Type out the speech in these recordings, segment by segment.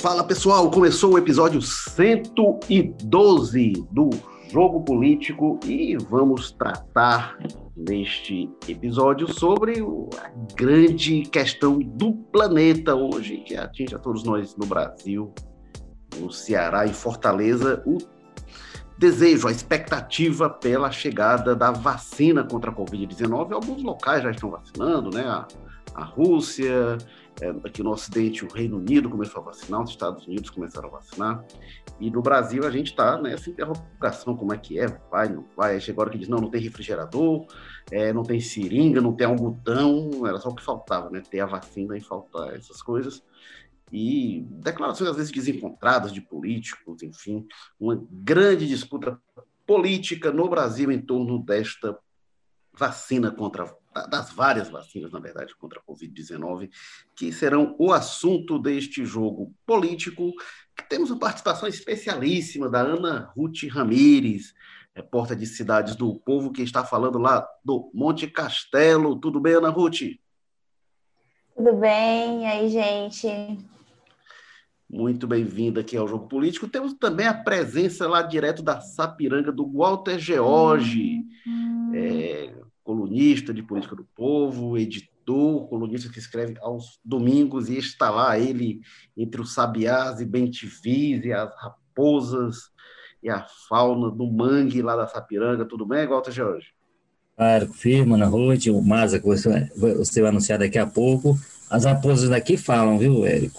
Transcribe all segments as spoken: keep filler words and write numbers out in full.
Fala pessoal, começou o episódio cento e doze do Jogo Político e vamos tratar neste episódio sobre a grande questão do planeta hoje, que atinge a todos nós no Brasil, no Ceará, em Fortaleza, o desejo, a expectativa pela chegada da vacina contra a covid dezenove. Alguns locais já estão vacinando, né? A, a Rússia, é, aqui no Ocidente, o Reino Unido começou a vacinar, os Estados Unidos começaram a vacinar, e no Brasil a gente está nessa interrogação, como é que é, vai, não vai, aí chega a hora que diz, não, não tem refrigerador, é, não tem seringa, não tem algodão, era só o que faltava, né? Ter a vacina e faltar essas coisas. E declarações às vezes desencontradas de políticos, enfim, uma grande disputa política no Brasil em torno desta vacina contra, das várias vacinas, na verdade, contra a covid dezenove, que serão o assunto deste jogo político. Temos uma participação especialíssima da Ana Ruth Ramires, repórter de Cidades do Povo, que está falando lá do Monte Castelo. Tudo bem, Ana Ruth? Tudo bem, e aí, gente? Muito bem-vinda aqui ao Jogo Político. Temos também a presença lá direto da Sapiranga, do Walter George, hum. é, colunista de Política do Povo, editor, colunista que escreve aos domingos, e está lá ele entre os sabiás e bentivis e as raposas e a fauna do mangue lá da Sapiranga. Tudo bem, Walter George? Claro, firme, Ana Ruth, o Maza, que você, você vai anunciar daqui a pouco. As raposas daqui falam, viu, Érico?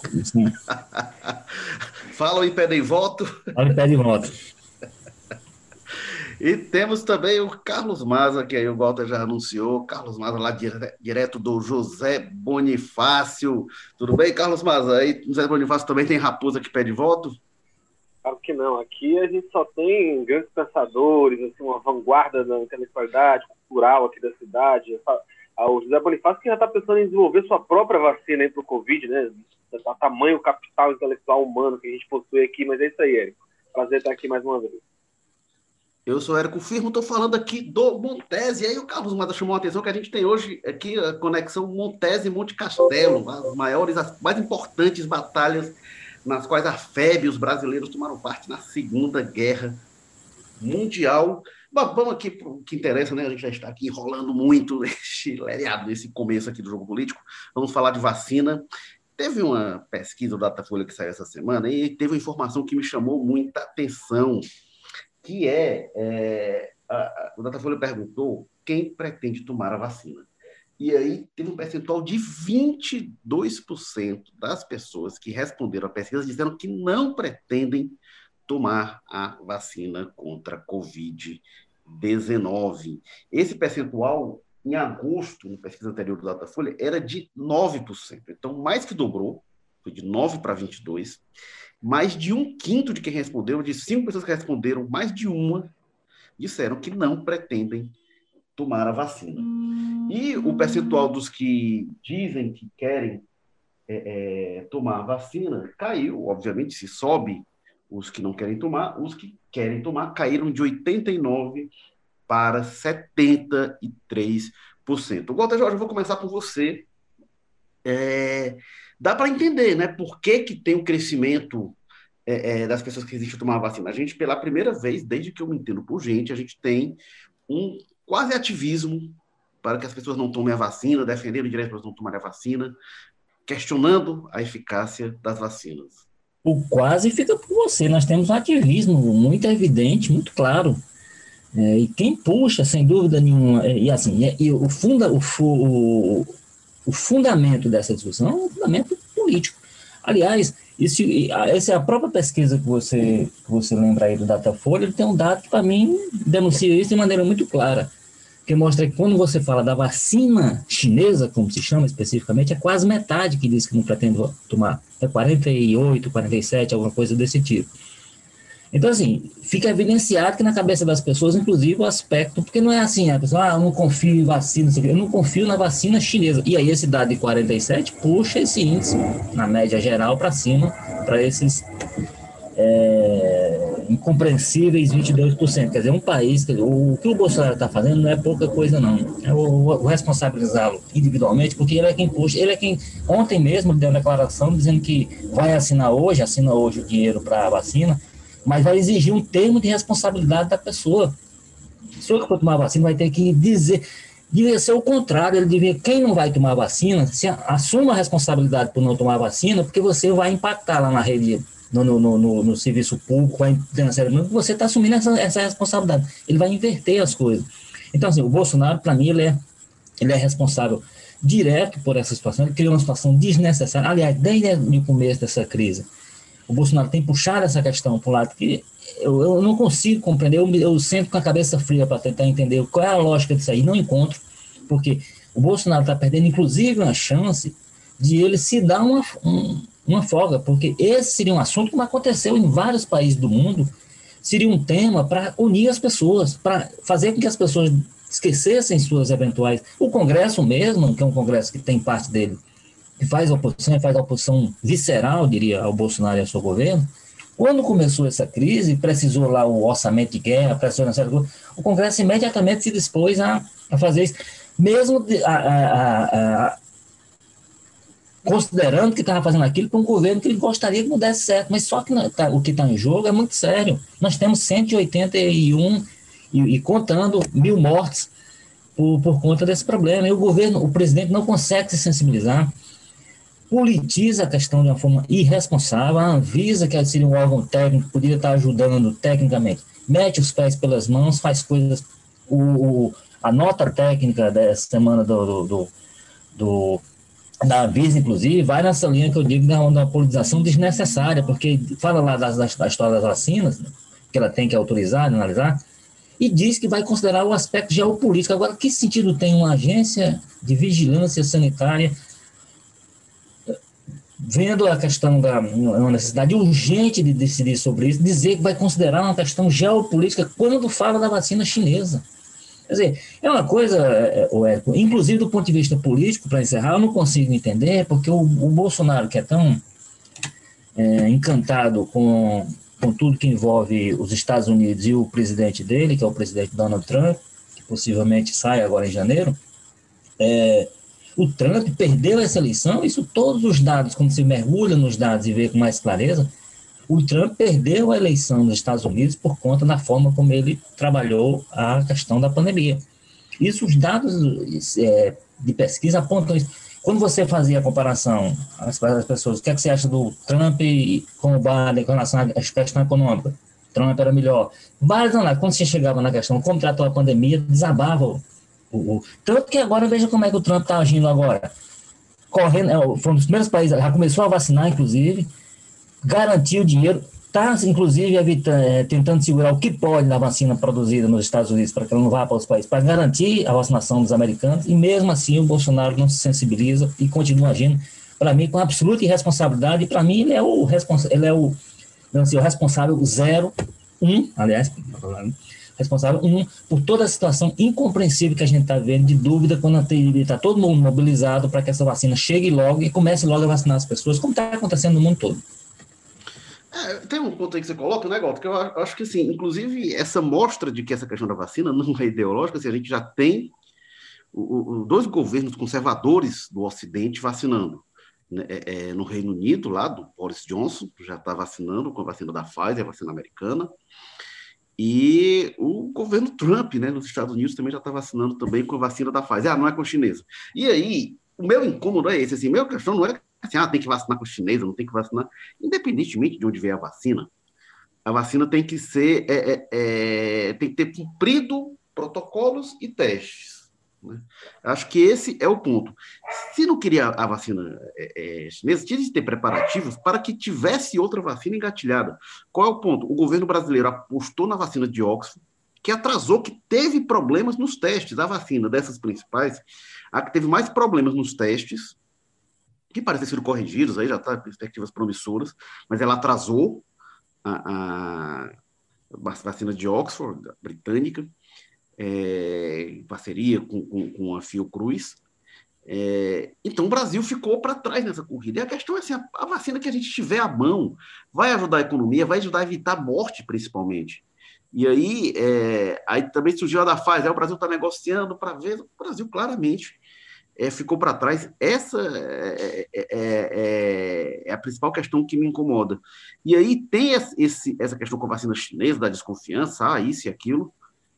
Falam e pedem voto. Falam e pedem voto. E temos também o Carlos Maza, que aí o Walter já anunciou. Carlos Maza lá dire, direto do José Bonifácio. Tudo bem, Carlos Maza? Aí José Bonifácio também tem raposa que pede voto? Claro que não. Aqui a gente só tem grandes pensadores, assim, uma vanguarda da intelectualidade cultural aqui da cidade. O José Bonifácio que já está pensando em desenvolver sua própria vacina para o Covid, né? O tamanho, capital intelectual humano que a gente possui aqui, mas é isso aí, Érico. Prazer estar aqui mais uma vez. Eu sou Érico Firmo, estou falando aqui do Montese, e aí o Carlos Mata chamou a atenção que a gente tem hoje aqui a conexão Montese e Monte Castelo, as maiores, as mais importantes batalhas nas quais a F E B e os brasileiros tomaram parte na Segunda Guerra Mundial. Bom, vamos aqui para o que interessa, né? A gente já está aqui enrolando muito nesse lereado, nesse começo aqui do Jogo Político. Vamos falar de vacina. Teve uma pesquisa do Datafolha que saiu essa semana e teve uma informação que me chamou muita atenção, que é, é a, a, o Datafolha perguntou quem pretende tomar a vacina. E aí teve um percentual de vinte e dois por cento das pessoas que responderam à pesquisa dizendo que não pretendem tomar a vacina contra a covid dezenove. Esse percentual, em agosto, na pesquisa anterior do Datafolha, era de nove por cento. Então, mais que dobrou, foi de nove para vinte e dois. Mais de um quinto de quem respondeu, de cinco pessoas que responderam, mais de uma, disseram que não pretendem tomar a vacina. E o percentual dos que dizem que querem é, é, tomar a vacina caiu, obviamente, se sobe os que não querem tomar, os que querem tomar caíram de oitenta e nove por cento para setenta e três por cento. Walter Jorge, eu vou começar com você. É, dá para entender, né, por que, que tem um crescimento é, é, das pessoas que resistem a tomar a vacina. A gente, pela primeira vez, desde que eu me entendo por gente, a gente tem um quase ativismo para que as pessoas não tomem a vacina, defendendo o direito para as pessoas não tomarem a vacina, questionando a eficácia das vacinas. O quase fica por você. Nós temos um ativismo muito evidente, muito claro. É, e quem puxa, sem dúvida nenhuma, e assim, e, e o, funda, o, o, o fundamento dessa discussão é um fundamento político. Aliás, isso, essa é a própria pesquisa que você, que você lembra aí do Datafolha, ele tem um dado que, para mim, denuncia isso de maneira muito clara, que mostra que quando você fala da vacina chinesa, como se chama especificamente, é quase metade que diz que não pretende tomar. É quarenta e oito, quarenta e sete, alguma coisa desse tipo. Então, assim, fica evidenciado que na cabeça das pessoas, inclusive, o aspecto, porque não é assim, a pessoa, ah, eu não confio em vacina, eu não confio na vacina chinesa. E aí esse dado de quarenta e sete puxa esse índice, na média geral, para cima, para esses, é, incompreensíveis vinte e dois por cento. Quer dizer, um país, quer dizer, o que o Bolsonaro está fazendo não é pouca coisa, não. É o, o responsabilizá-lo individualmente, porque ele é quem puxa, ele é quem, ontem mesmo, deu uma declaração dizendo que vai assinar hoje, assina hoje o dinheiro para a vacina, mas vai exigir um termo de responsabilidade da pessoa. Se o que for tomar a vacina vai ter que dizer, devia ser o contrário, ele devia, quem não vai tomar a vacina, se assuma a responsabilidade por não tomar a vacina, porque você vai impactar lá na rede, no, no, no, no serviço público, vai financeiramente, você está assumindo essa, essa responsabilidade. Ele vai inverter as coisas. Então, assim, o Bolsonaro, para mim, ele é, ele é responsável direto por essa situação, ele criou uma situação desnecessária. Aliás, desde o começo dessa crise, o Bolsonaro tem puxado essa questão para um lado que eu, eu não consigo compreender, eu, eu sento com a cabeça fria para tentar entender qual é a lógica disso aí, não encontro, porque o Bolsonaro está perdendo, inclusive, uma chance de ele se dar uma, um, uma folga, porque esse seria um assunto como aconteceu em vários países do mundo, seria um tema para unir as pessoas, para fazer com que as pessoas esquecessem suas eventuais... O Congresso mesmo, que é um Congresso que tem parte dele, que faz oposição, faz oposição visceral, diria, ao Bolsonaro e ao seu governo, quando começou essa crise, precisou lá o orçamento de guerra, precisou nessa coisa, o Congresso imediatamente se dispôs a, a fazer isso, mesmo de, a, a, a, considerando que estava fazendo aquilo para um governo que ele gostaria que não desse certo, mas só que não, tá, o que está em jogo é muito sério. Nós temos cento e oitenta e um e, e contando mil mortes por, por conta desse problema, e o governo, o presidente não consegue se sensibilizar, politiza a questão de uma forma irresponsável, a Anvisa, que seria um órgão técnico, poderia estar ajudando tecnicamente, mete os pés pelas mãos, faz coisas, o, o, a nota técnica dessa semana do, do, do, do, da Anvisa, inclusive, vai nessa linha que eu digo da, da politização desnecessária, porque fala lá das, das, da história das vacinas, né, que ela tem que autorizar, analisar, e diz que vai considerar o aspecto geopolítico. Agora, que sentido tem uma agência de vigilância sanitária vendo a questão da uma necessidade urgente de decidir sobre isso, dizer que vai considerar uma questão geopolítica quando fala da vacina chinesa? Quer dizer, é uma coisa, é, é, inclusive do ponto de vista político, para encerrar, eu não consigo entender, porque o, o Bolsonaro, que é tão é, encantado com, com tudo que envolve os Estados Unidos e o presidente dele, que é o presidente Donald Trump, que possivelmente sai agora em janeiro, é, o Trump perdeu essa eleição, isso todos os dados, quando se mergulha nos dados e vê com mais clareza, o Trump perdeu a eleição nos Estados Unidos por conta da forma como ele trabalhou a questão da pandemia. Isso, os dados é, de pesquisa apontam isso. Quando você fazia a comparação às, às pessoas, o que é que você acha do Trump com o Biden com relação à questão econômica? Trump era melhor. Vários análises, quando você chegava na questão como tratou a pandemia, desabava o O, o, tanto que agora, veja como é que o Trump está agindo agora. Correndo, é, foi um dos primeiros países, já começou a vacinar, inclusive, garantiu dinheiro, está, inclusive, evitando, é, tentando segurar o que pode da vacina produzida nos Estados Unidos, para que ela não vá para os países, para garantir a vacinação dos americanos, e mesmo assim o Bolsonaro não se sensibiliza e continua agindo, para mim, com absoluta irresponsabilidade, e para mim ele é o, responsa- ele é o, não sei, o responsável zero, um, aliás, responsável, um, por toda a situação incompreensível que a gente está vendo, de dúvida, quando está todo mundo mobilizado para que essa vacina chegue logo e comece logo a vacinar as pessoas, como está acontecendo no mundo todo. É, tem um ponto aí que você coloca, né, Galto, que eu acho que, assim, inclusive, essa mostra de que essa questão da vacina não é ideológica, assim, a gente já tem o, o, dois governos conservadores do Ocidente vacinando. Né, é, é, no Reino Unido, lá, do Boris Johnson, já está vacinando com a vacina da Pfizer, a vacina americana, e o governo Trump, né, nos Estados Unidos, também já está vacinando também com a vacina da Pfizer. Ah, não é com a chinesa. E aí, o meu incômodo é esse, assim, minha questão não é assim, ah, tem que vacinar com a chinesa, não tem que vacinar. Independentemente de onde vier a vacina, a vacina tem que ser, é, é, é, tem que ter cumprido protocolos e testes. Né? Acho que esse é o ponto. Se não queria a vacina é, é, chinesa, tinha de ter preparativos para que tivesse outra vacina engatilhada. Qual é o ponto? O governo brasileiro apostou na vacina de Oxford, que atrasou, que teve problemas nos testes. A vacina dessas principais, a que teve mais problemas nos testes, que parecem ser corrigidos, aí já está perspectivas promissoras, mas ela atrasou a, a vacina de Oxford, britânica, É, em parceria com, com, com a Fiocruz, É, então o Brasil ficou para trás nessa corrida. E a questão é assim, a, a vacina que a gente tiver à mão vai ajudar a economia, vai ajudar a evitar morte, principalmente. E aí, é, aí também surgiu a da Pfizer, aí o Brasil está negociando para ver, o Brasil claramente é, ficou para trás. Essa é, é, é, é a principal questão que me incomoda. E aí tem esse, essa questão com a vacina chinesa, da desconfiança, ah, isso e aquilo.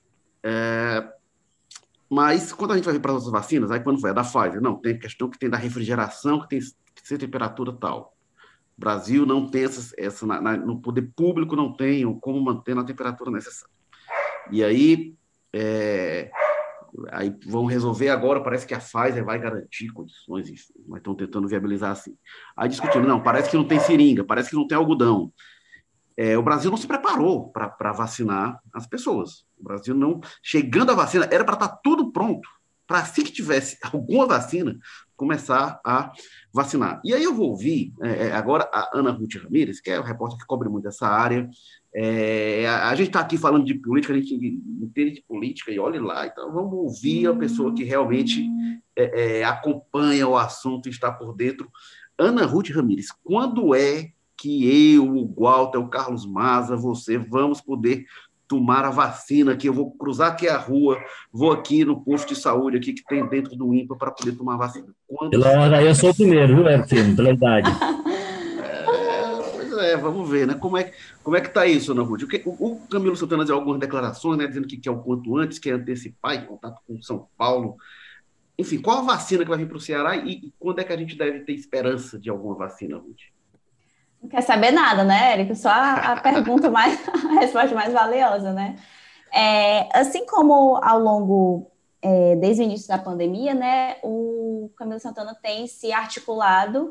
É, mas quando a gente vai vir para as outras vacinas, aí quando foi a da Pfizer, não, tem questão que tem da refrigeração, que tem que ser temperatura tal. O Brasil não tem essa, essa na, na, no poder público não tem como manter na temperatura necessária. E aí, é, aí vão resolver agora, parece que a Pfizer vai garantir condições, enfim, mas estão tentando viabilizar assim. Aí discutindo, não, parece que não tem seringa, parece que não tem algodão. É, o Brasil não se preparou para vacinar as pessoas. O Brasil não... Chegando a vacina, era para estar tudo pronto, para assim que tivesse alguma vacina, começar a vacinar. E aí eu vou ouvir é, agora a Ana Ruth Ramírez, que é o repórter que cobre muito essa área. É, a, a gente está aqui falando de política, a gente entende de política, e olhe lá, então vamos ouvir a pessoa que realmente é, é, acompanha o assunto e está por dentro. Ana Ruth Ramírez, quando é que eu, o Walter, o Carlos Maza, você, vamos poder tomar a vacina, que eu vou cruzar aqui a rua, vou aqui no posto de saúde aqui que tem dentro do INPA para poder tomar a vacina? Quando... Pela hora, eu sou o primeiro, viu, Everton, pela idade. É, pois é, vamos ver, né? Como é, como é que está isso, Ana Ruth? O, que, o, o Camilo Santana deu algumas declarações, né, dizendo que quer o quanto antes, quer antecipar em contato com São Paulo. Enfim, qual a vacina que vai vir para o Ceará e, e quando é que a gente deve ter esperança de alguma vacina, Ruth? Não quer saber nada, né, Érico? Só a, a pergunta mais, a resposta mais valiosa, né? É, assim como ao longo, é, desde o início da pandemia, né, o Camilo Santana tem se articulado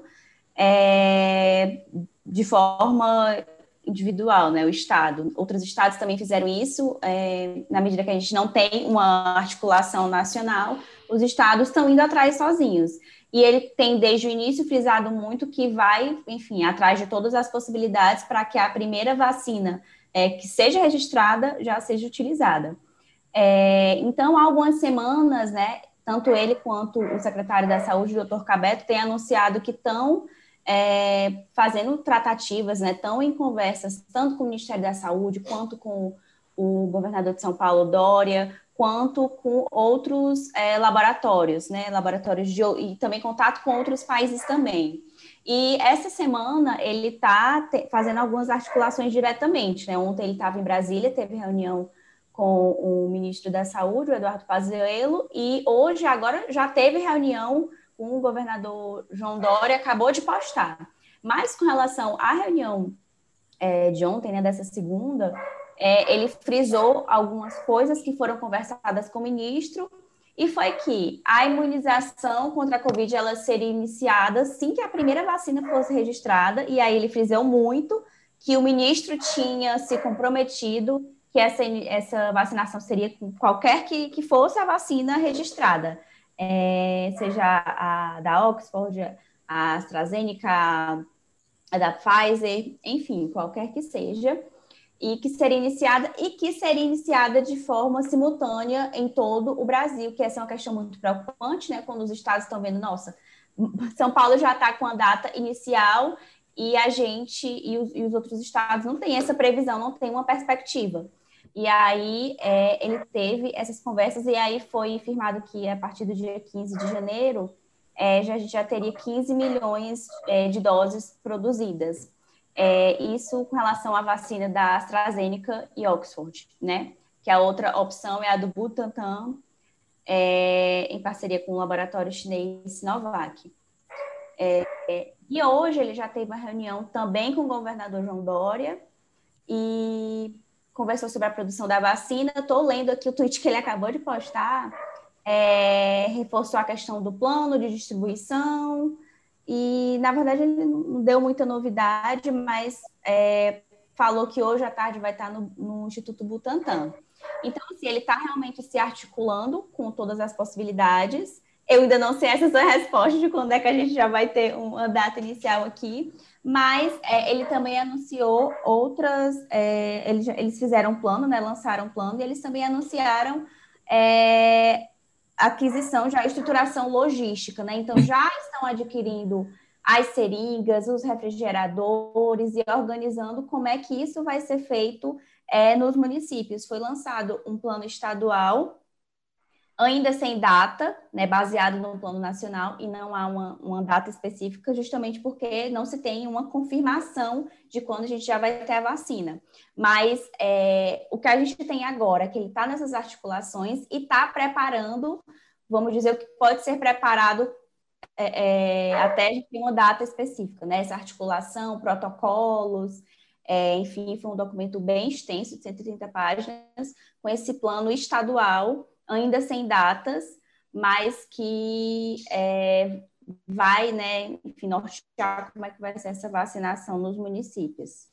é, de forma individual, né, o Estado. Outros estados também fizeram isso, é, na medida que a gente não tem uma articulação nacional, os estados estão indo atrás sozinhos. E ele tem, desde o início, frisado muito que vai, enfim, atrás de todas as possibilidades para que a primeira vacina é, que seja registrada já seja utilizada. É, então, há algumas semanas, né, tanto ele quanto o secretário da Saúde, o doutor Cabeto, têm anunciado que estão é, fazendo tratativas, né, estão em conversas, tanto com o Ministério da Saúde, quanto com o governador de São Paulo, Dória, quanto com outros é, laboratórios, né, laboratórios de, e também contato com outros países também. E essa semana ele está fazendo algumas articulações diretamente, né, ontem ele estava em Brasília, teve reunião com o ministro da Saúde, o Eduardo Pazuello, e hoje, agora, já teve reunião com o governador João Dória, acabou de postar. Mas com relação à reunião é, de ontem, né, dessa segunda, É, ele frisou algumas coisas que foram conversadas com o ministro, e foi que a imunização contra a Covid ela seria iniciada assim que a primeira vacina fosse registrada, e aí ele frisou muito que o ministro tinha se comprometido que essa, essa vacinação seria com qualquer que, que fosse a vacina registrada, é, seja a da Oxford, a AstraZeneca, a da Pfizer, enfim, qualquer que seja, e que seria iniciada e que seria iniciada de forma simultânea em todo o Brasil, que essa é uma questão muito preocupante, né? Quando os estados estão vendo, nossa, São Paulo já está com a data inicial e a gente e os, e os outros estados não têm essa previsão, não tem uma perspectiva. E aí é, ele teve essas conversas e aí foi firmado que a partir do dia quinze de janeiro é, já, a gente já teria quinze milhões é, de doses produzidas. É, isso com relação à vacina da AstraZeneca e Oxford, né? Que a outra opção é a do Butantan, é, em parceria com o laboratório chinês Sinovac. É, é, e hoje ele já teve uma reunião também com o governador João Dória e conversou sobre a produção da vacina. Estou lendo aqui o tweet que ele acabou de postar, é, reforçou a questão do plano de distribuição. E, na verdade, ele não deu muita novidade, mas é, falou que hoje à tarde vai estar no, no Instituto Butantan. Então, assim, ele está realmente se articulando com todas as possibilidades. Eu ainda não sei essa sua resposta de quando é que a gente já vai ter uma data inicial aqui, mas é, ele também anunciou outras... É, eles, eles fizeram um plano, né, lançaram um plano, e eles também anunciaram... É, aquisição, já estruturação logística, né? Então, já estão adquirindo as seringas, os refrigeradores e organizando como é que isso vai ser feito é, nos municípios. Foi lançado um plano estadual, ainda sem data, né, baseado no plano nacional, e não há uma, uma data específica, justamente porque não se tem uma confirmação de quando a gente já vai ter a vacina. Mas é, o que a gente tem agora é que ele está nessas articulações e está preparando, vamos dizer, o que pode ser preparado é, é, até a gente ter uma data específica, né? Essa articulação, protocolos, é, enfim, foi um documento bem extenso, de cento e trinta páginas, com esse plano estadual, ainda sem datas, mas que é, vai, né, enfim, nortear como é que vai ser essa vacinação nos municípios.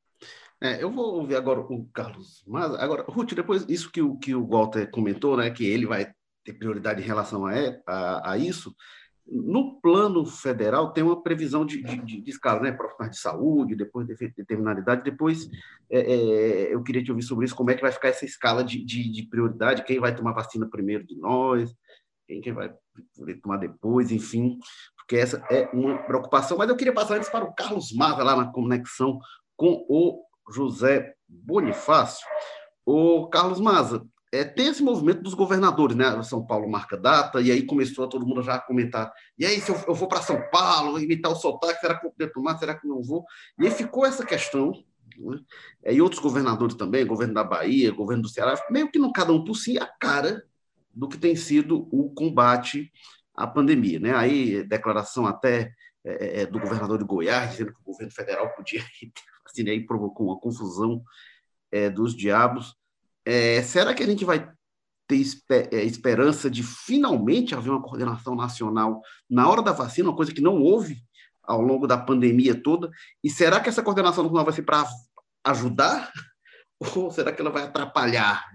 É, eu vou ouvir agora o Carlos Maza. Agora, Ruth, depois isso que o, que o Walter comentou, né, que ele vai ter prioridade em relação a, a, a isso, no plano federal tem uma previsão de, de, de escala, né, profissionais de saúde, depois de determinada idade, depois é, é, eu queria te ouvir sobre isso, como é que vai ficar essa escala de, de, de prioridade, quem vai tomar vacina primeiro de nós, quem, quem vai tomar depois, enfim, porque essa é uma preocupação, mas eu queria passar antes para o Carlos Maza, lá na conexão com o José Bonifácio. O Carlos Maza, é, tem esse movimento dos governadores, né? São Paulo marca data, e aí começou todo mundo já a comentar, e aí se eu, eu vou para São Paulo, imitar o sotaque, será que eu vou poder tomar, será que não vou? E aí ficou essa questão, né? É, e outros governadores também, governo da Bahia, governo do Ceará, meio que não cada um por si, a cara do que tem sido o combate à pandemia, né? Aí declaração até é, é, do governador de Goiás, dizendo que o governo federal podia ir, assim, aí provocou uma confusão é, dos diabos. É, será que a gente vai ter esper, é, esperança de finalmente haver uma coordenação nacional na hora da vacina, uma coisa que não houve ao longo da pandemia toda? E será que essa coordenação nacional vai ser para ajudar ou será que ela vai atrapalhar?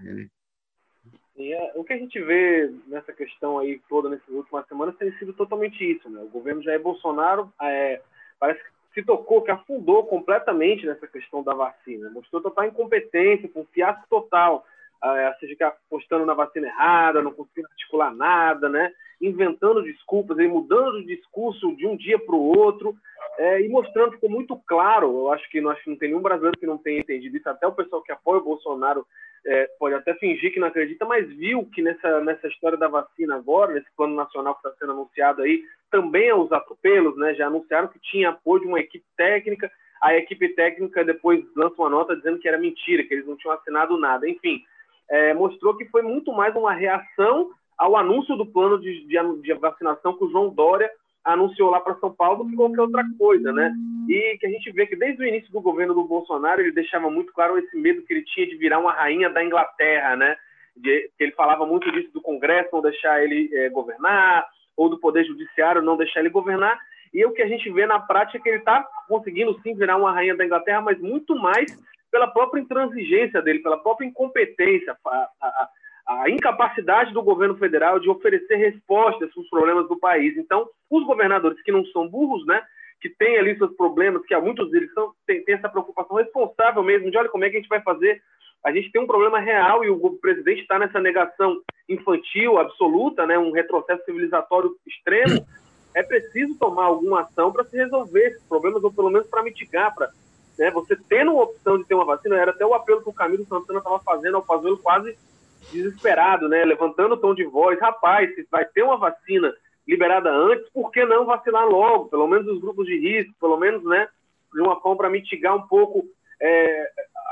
E é, o que a gente vê nessa questão aí toda nessas últimas semanas tem sido totalmente isso, né? O governo Jair Bolsonaro é, parece que se tocou, que afundou completamente nessa questão da vacina, mostrou total incompetência, um fiasco total, uh, seja que apostando na vacina errada, não conseguindo articular nada, né? Inventando desculpas, aí, mudando o discurso de um dia para o outro, é, e mostrando, ficou muito claro, eu acho que não, acho que não tem nenhum brasileiro que não tenha entendido isso, até o pessoal que apoia o Bolsonaro é, pode até fingir que não acredita, mas viu que nessa, nessa história da vacina agora, nesse plano nacional que está sendo anunciado aí, também aos atropelos, né? Já anunciaram que tinha apoio de uma equipe técnica, a equipe técnica depois lança uma nota dizendo que era mentira, que eles não tinham assinado nada. Enfim, é, mostrou que foi muito mais uma reação ao anúncio do plano de, de, de vacinação que o João Dória anunciou lá para São Paulo do que qualquer outra coisa, né? E que a gente vê que desde o início do governo do Bolsonaro ele deixava muito claro esse medo que ele tinha de virar uma rainha da Inglaterra, né? De, ele falava muito disso do Congresso, não deixar ele é, governar, ou do Poder Judiciário não deixar ele governar, e o que a gente vê na prática é que ele está conseguindo sim virar uma rainha da Inglaterra, mas muito mais pela própria intransigência dele, pela própria incompetência, a, a, a incapacidade do governo federal de oferecer respostas para os problemas do país. Então, os governadores que não são burros, né, que têm ali seus problemas, que há muitos deles são, têm, têm essa preocupação responsável mesmo de, olha, como é que a gente vai fazer? A gente tem um problema real e o presidente está nessa negação infantil, absoluta, né, um retrocesso civilizatório extremo. É preciso tomar alguma ação para se resolver esses problemas, ou pelo menos para mitigar, para, né, você tendo uma opção de ter uma vacina. Era até o apelo que o Camilo Santana estava fazendo ao Pazuello, quase desesperado, né, levantando o tom de voz. Rapaz, se vai ter uma vacina liberada antes, por que não vacinar logo? Pelo menos os grupos de risco, pelo menos, né, de uma forma para mitigar um pouco é,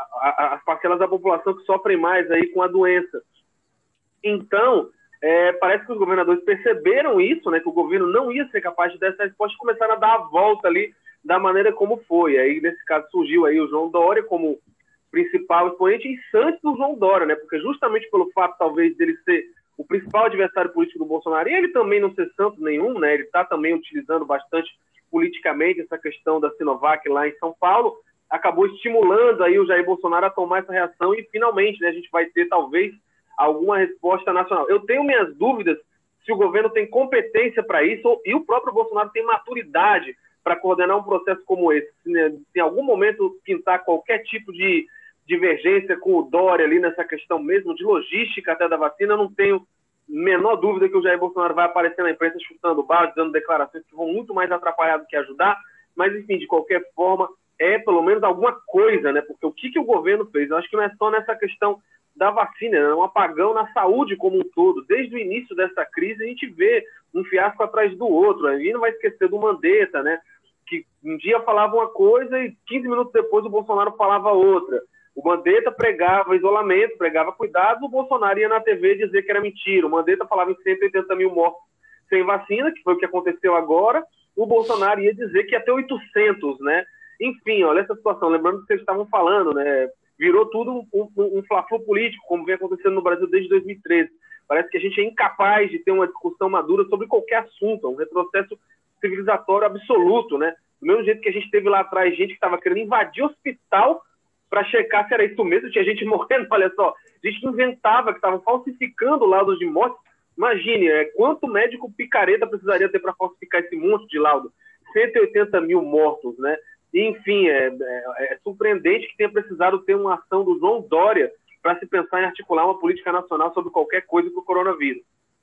as parcelas da população que sofrem mais aí com a doença. Então, é, parece que os governadores perceberam isso, né, que o governo não ia ser capaz de dar essa resposta e começaram a dar a volta ali da maneira como foi. Aí, nesse caso, surgiu aí o João Dória como principal expoente e antes do João Dória, né, porque justamente pelo fato, talvez, dele ser o principal adversário político do Bolsonaro, e ele também não ser santo nenhum, né, ele está também utilizando bastante politicamente essa questão da Sinovac lá em São Paulo, acabou estimulando aí o Jair Bolsonaro a tomar essa reação e, finalmente, né, a gente vai ter, talvez, alguma resposta nacional. Eu tenho minhas dúvidas se o governo tem competência para isso ou, e o próprio Bolsonaro tem maturidade para coordenar um processo como esse. Se, né, se em algum momento pintar qualquer tipo de divergência com o Dória ali nessa questão mesmo de logística até da vacina, eu não tenho menor dúvida que o Jair Bolsonaro vai aparecer na imprensa chutando balde, dando declarações que vão muito mais atrapalhar do que ajudar, mas, enfim, de qualquer forma, é pelo menos alguma coisa, né? Porque o que, que o governo fez? Eu acho que não é só nessa questão da vacina, é um apagão na saúde como um todo. Desde o início dessa crise, a gente vê um fiasco atrás do outro. A gente não vai esquecer do Mandetta, né? Que um dia falava uma coisa e quinze minutos depois o Bolsonaro falava outra. O Mandetta pregava isolamento, pregava cuidado, o Bolsonaro ia na T V dizer que era mentira. O Mandetta falava em cento e oitenta mil mortos sem vacina, que foi o que aconteceu agora. O Bolsonaro ia dizer que ia ter oitocentos, né? Enfim, olha essa situação. Lembrando que vocês estavam falando, né? Virou tudo um, um, um fla-flu político, como vem acontecendo no Brasil desde dois mil e treze. Parece que a gente é incapaz de ter uma discussão madura sobre qualquer assunto, um retrocesso civilizatório absoluto, né? Do mesmo jeito que a gente teve lá atrás gente que estava querendo invadir hospital para checar se era isso mesmo, tinha gente morrendo, olha só, gente que inventava, que estava falsificando laudos de morte. Imagine, é, quanto médico picareta precisaria ter para falsificar esse monte de laudo? cento e oitenta mil mortos, né? Enfim, é, é, é surpreendente que tenha precisado ter uma ação do João Dória para se pensar em articular uma política nacional sobre qualquer coisa para o coronavírus.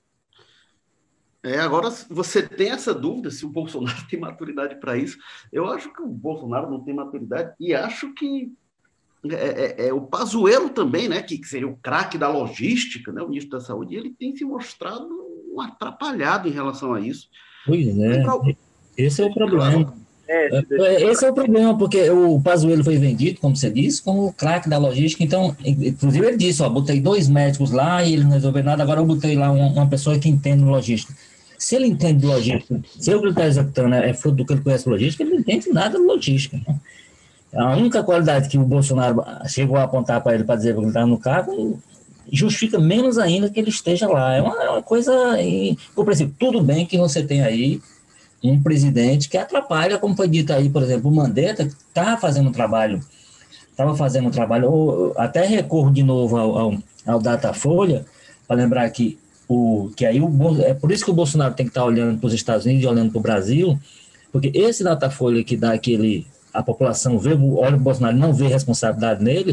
É, agora, você tem essa dúvida se o Bolsonaro tem maturidade para isso. Eu acho que o Bolsonaro não tem maturidade e acho que é, é, é o Pazuello também, né, que, que seria o craque da logística, né, o ministro da Saúde, ele tem se mostrado um atrapalhado em relação a isso. Pois é, qual... esse é o problema. É, esse é o problema, porque o Pazuello foi vendido, como você disse, como o craque da logística. Então, inclusive ele disse, ó, botei dois médicos lá e ele não resolveu nada, agora eu botei lá uma, uma pessoa que entende logística. Se ele entende logística, se o que ele está executando é fruto do que ele conhece logística, ele não entende nada de logística, né? A única qualidade que o Bolsonaro chegou a apontar para ele para dizer que ele está no cargo justifica menos ainda que ele esteja lá. É uma, é uma coisa incompreensível. Tudo bem que você tem aí um presidente que atrapalha, como foi dito aí, por exemplo, o Mandetta está fazendo um trabalho, estava fazendo um trabalho, até recorro de novo ao, ao, ao Datafolha, para lembrar que, o, que aí o, é por isso que o Bolsonaro tem que estar olhando para os Estados Unidos e olhando para o Brasil, porque esse Datafolha que dá aquele, a população vê, olha o Bolsonaro não vê responsabilidade nele,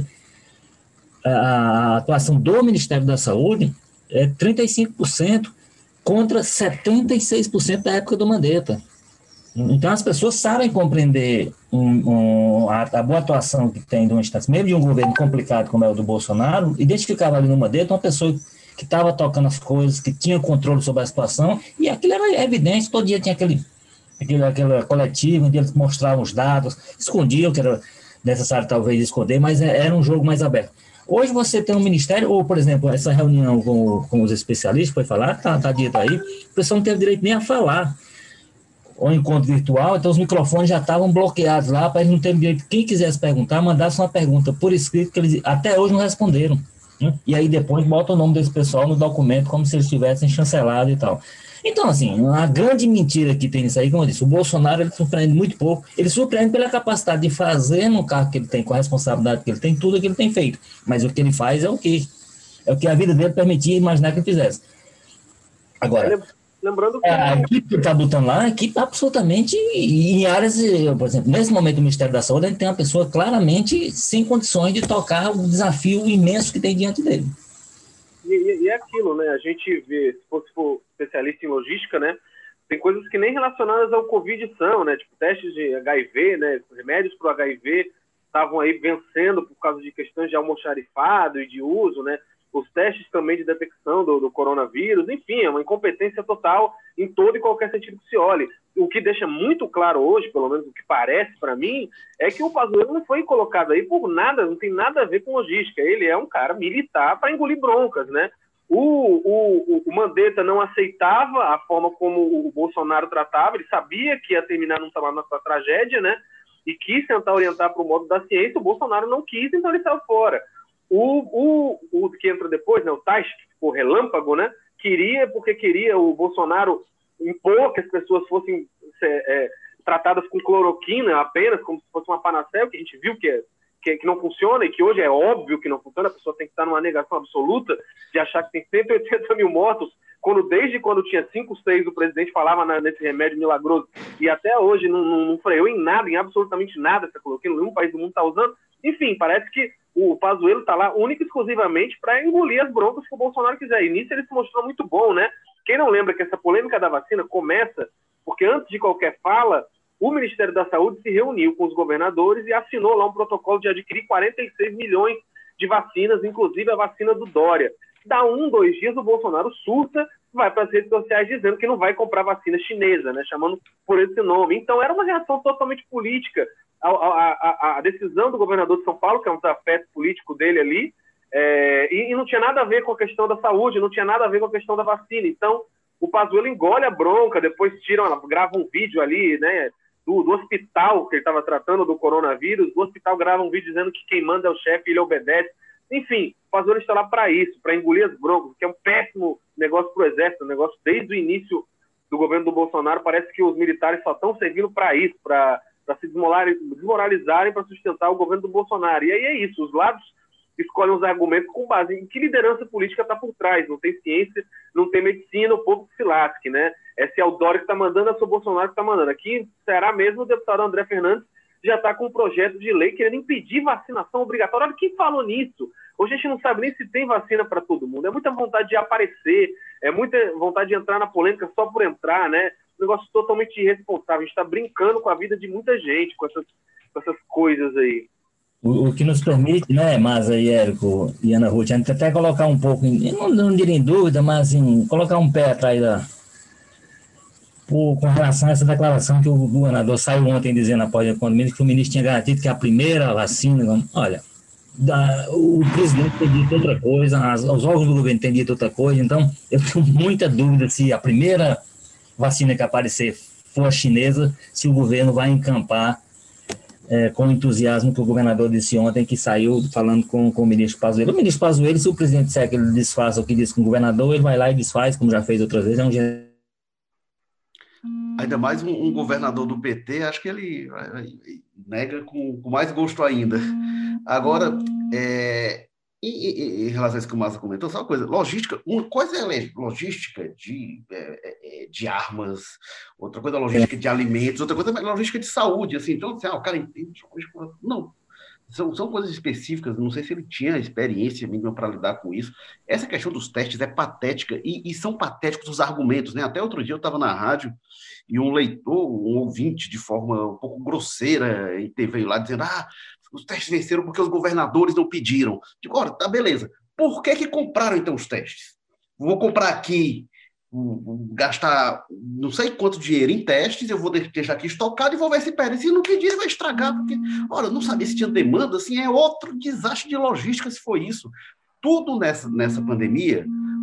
a, a atuação do Ministério da Saúde é trinta e cinco por cento contra setenta e seis por cento da época do Mandetta. Então, as pessoas sabem compreender um, um, a, a boa atuação que tem de um Estado, mesmo de um governo complicado como é o do Bolsonaro, identificava ali no Mandetta uma pessoa que estava tocando as coisas, que tinha controle sobre a situação, e aquilo era evidente, todo dia tinha aquele, aquele, aquele coletivo, onde eles mostravam os dados, escondiam, que era necessário talvez esconder, mas era um jogo mais aberto. Hoje você tem um ministério, ou, por exemplo, essa reunião com, com os especialistas, foi falar, está tá dito aí, o pessoal não teve direito nem a falar. O encontro virtual, então os microfones já estavam bloqueados lá, para eles não terem direito. Quem quisesse perguntar, mandasse uma pergunta por escrito, que eles até hoje não responderam. Né? E aí depois bota o nome desse pessoal no documento, como se eles tivessem chancelado e tal. Então, assim, a grande mentira que tem nisso aí, como eu disse, o Bolsonaro ele surpreende muito pouco, ele surpreende pela capacidade de fazer no cargo que ele tem, com a responsabilidade que ele tem, tudo que ele tem feito, mas o que ele faz é o que é o que a vida dele permitia imaginar que ele fizesse. Agora, lembrando que a equipe que está botando lá, a equipe absolutamente em áreas, por exemplo, nesse momento do Ministério da Saúde, a gente tem uma pessoa claramente sem condições de tocar o desafio imenso que tem diante dele. E, e é aquilo, né? A gente vê, se fosse for especialista em logística, né? Tem coisas que nem relacionadas ao Covid são, né? Tipo, testes de H I V, né? Remédios para o H I V estavam aí vencendo por causa de questões de almoxarifado e de uso, né? Os testes também de detecção do, do coronavírus, enfim, é uma incompetência total em todo e qualquer sentido que se olhe. O que deixa muito claro hoje, pelo menos o que parece para mim, é que o Pazuello não foi colocado aí por nada, não tem nada a ver com logística. Ele é um cara militar para engolir broncas, né? O, o, o Mandetta não aceitava a forma como o Bolsonaro tratava, ele sabia que ia terminar numa, numa tragédia, né? E quis tentar orientar para o modo da ciência, o Bolsonaro não quis, então ele saiu fora. O, o, o que entra depois, né, o Tais, o Relâmpago, né, queria, porque queria o Bolsonaro impor que as pessoas fossem é, tratadas com cloroquina apenas, como se fosse uma panaceia, que a gente viu que, é, que, que não funciona e que hoje é óbvio que não funciona, a pessoa tem que estar numa negação absoluta de achar que tem cento e oitenta mil mortos, quando desde quando tinha cinco, seis o presidente falava na, nesse remédio milagroso, e até hoje não, não, não freou em nada, em absolutamente nada essa cloroquina, nenhum país do mundo está usando. Enfim, parece que o Pazuello está lá única e exclusivamente para engolir as broncas que o Bolsonaro quiser. E nisso ele se mostrou muito bom, né? Quem não lembra que essa polêmica da vacina começa porque antes de qualquer fala, o Ministério da Saúde se reuniu com os governadores e assinou lá um protocolo de adquirir quarenta e seis milhões de vacinas, inclusive a vacina do Dória. Dá um, dois dias, o Bolsonaro surta, vai para as redes sociais dizendo que não vai comprar vacina chinesa, né, chamando por esse nome. Então, era uma reação totalmente política. A, a, a, a decisão do governador de São Paulo, que é um desafeto político dele ali, é, e, e não tinha nada a ver com a questão da saúde, não tinha nada a ver com a questão da vacina. Então, o Pazuello engole a bronca, depois tiram, grava um vídeo ali, né, do, do hospital que ele estava tratando do coronavírus, do hospital grava um vídeo dizendo que quem manda é o chefe, ele obedece. Enfim, o Pazuello está lá para isso, para engolir as broncas, que é um péssimo negócio para o Exército, um negócio desde o início do governo do Bolsonaro, parece que os militares só estão servindo para isso, para se desmoralizarem, para sustentar o governo do Bolsonaro. E aí é isso, os lados escolhem os argumentos com base em que liderança política está por trás. Não tem ciência, não tem medicina, o povo que se lasque, né? Esse é o Dória que está mandando, é o Bolsonaro que está mandando. Aqui será mesmo o deputado André Fernandes já está com um projeto de lei querendo impedir vacinação obrigatória. Olha, quem falou nisso? Hoje a gente não sabe nem se tem vacina para todo mundo. É muita vontade de aparecer, é muita vontade de entrar na polêmica só por entrar, né? Um negócio totalmente irresponsável. A gente está brincando com a vida de muita gente com essas, com essas coisas aí. O, o que nos permite, né, Maza e Érico e Ana Ruth, a gente até colocar um pouco, em, não, não diria em dúvida, mas assim, colocar um pé atrás da... Por, com relação a essa declaração que o governador saiu ontem dizendo após a pandemia que o ministro tinha garantido que a primeira vacina, olha, da, o presidente tem dito outra coisa, as, os órgãos do governo têm dito outra coisa, então eu tenho muita dúvida se a primeira vacina que aparecer for a chinesa, se o governo vai encampar é, com o entusiasmo que o governador disse ontem, que saiu falando com, com o ministro Pazuello. O ministro Pazuello, se o presidente disser que ele desfaça o que disse com o governador, ele vai lá e desfaz, como já fez outras vezes, é um ainda mais um, um governador do P T, acho que ele nega com, com mais gosto ainda. Agora, é, em, em relação a isso que o Massa comentou, só uma coisa, logística, uma coisa é logística de, é, de armas, outra coisa é logística de alimentos, outra coisa é logística de saúde, assim, então, assim, ah, o cara entende, não, são, são coisas específicas, não sei se ele tinha experiência mínima para lidar com isso. Essa questão dos testes é patética, e, e são patéticos os argumentos, né? Até outro dia eu estava na rádio, e um leitor, um ouvinte, de forma um pouco grosseira, veio lá dizendo, ah, os testes venceram porque os governadores não pediram. Digo, olha, tá, beleza. Por que que compraram, então, os testes? Vou comprar aqui, gastar não sei quanto dinheiro em testes, eu vou deixar aqui estocado e vou ver se pede. Se não pedir, vai estragar, porque, olha, eu não sabia se tinha demanda, assim, é outro desastre de logística se foi isso. Tudo nessa, nessa pandemia,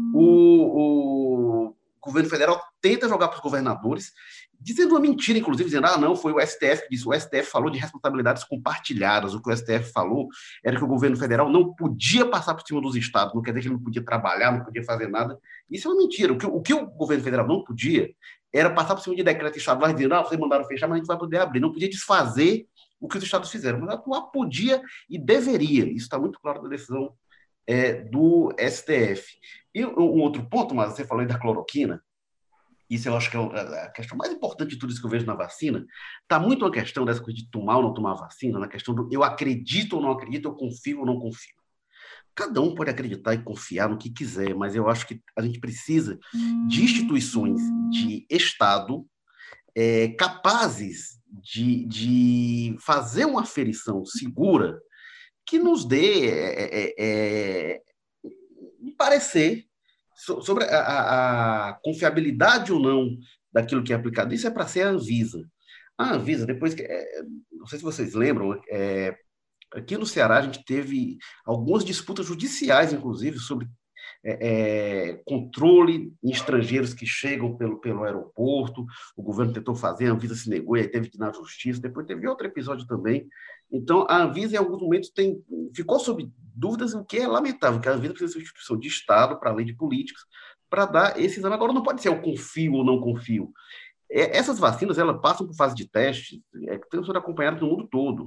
o, o governo federal tenta jogar para os governadores, dizendo uma mentira, inclusive, dizendo, ah, não, foi o S T F que disse. O S T F falou de responsabilidades compartilhadas. O que o S T F falou era que o governo federal não podia passar por cima dos estados, não quer dizer que ele não podia trabalhar, não podia fazer nada. Isso é uma mentira. O que o, que o governo federal não podia era passar por cima de decreto estadual e dizer, não, vocês mandaram fechar, mas a gente vai poder abrir. Não podia desfazer o que os estados fizeram, mas atuar podia e deveria. Isso está muito claro na decisão é, do S T F. E um outro ponto, mas você falou aí da cloroquina, isso eu acho que é a questão mais importante de tudo isso que eu vejo na vacina, está muito a questão dessa coisa de tomar ou não tomar vacina, na questão do eu acredito ou não acredito, eu confio ou não confio. Cada um pode acreditar e confiar no que quiser, mas eu acho que a gente precisa de instituições de Estado é, capazes de, de fazer uma aferição segura que nos dê é, é, é, um parecer sobre a, a, a confiabilidade ou não daquilo que é aplicado. Isso é para ser a Anvisa. A Anvisa, depois que... É, não sei se vocês lembram, é, aqui no Ceará a gente teve algumas disputas judiciais, inclusive, sobre é, é, controle em estrangeiros que chegam pelo, pelo aeroporto. O governo tentou fazer, a Anvisa se negou, e aí teve que ir na justiça. Depois teve outro episódio também. Então, a Anvisa, em alguns momentos, tem, ficou sob dúvidas, o que é lamentável, que a Anvisa precisa ser uma instituição de Estado, para além de políticos, para dar esse exame. Agora, não pode ser eu confio ou não confio. É, essas vacinas, elas passam por fase de teste, é, que estão sendo acompanhadas no mundo todo.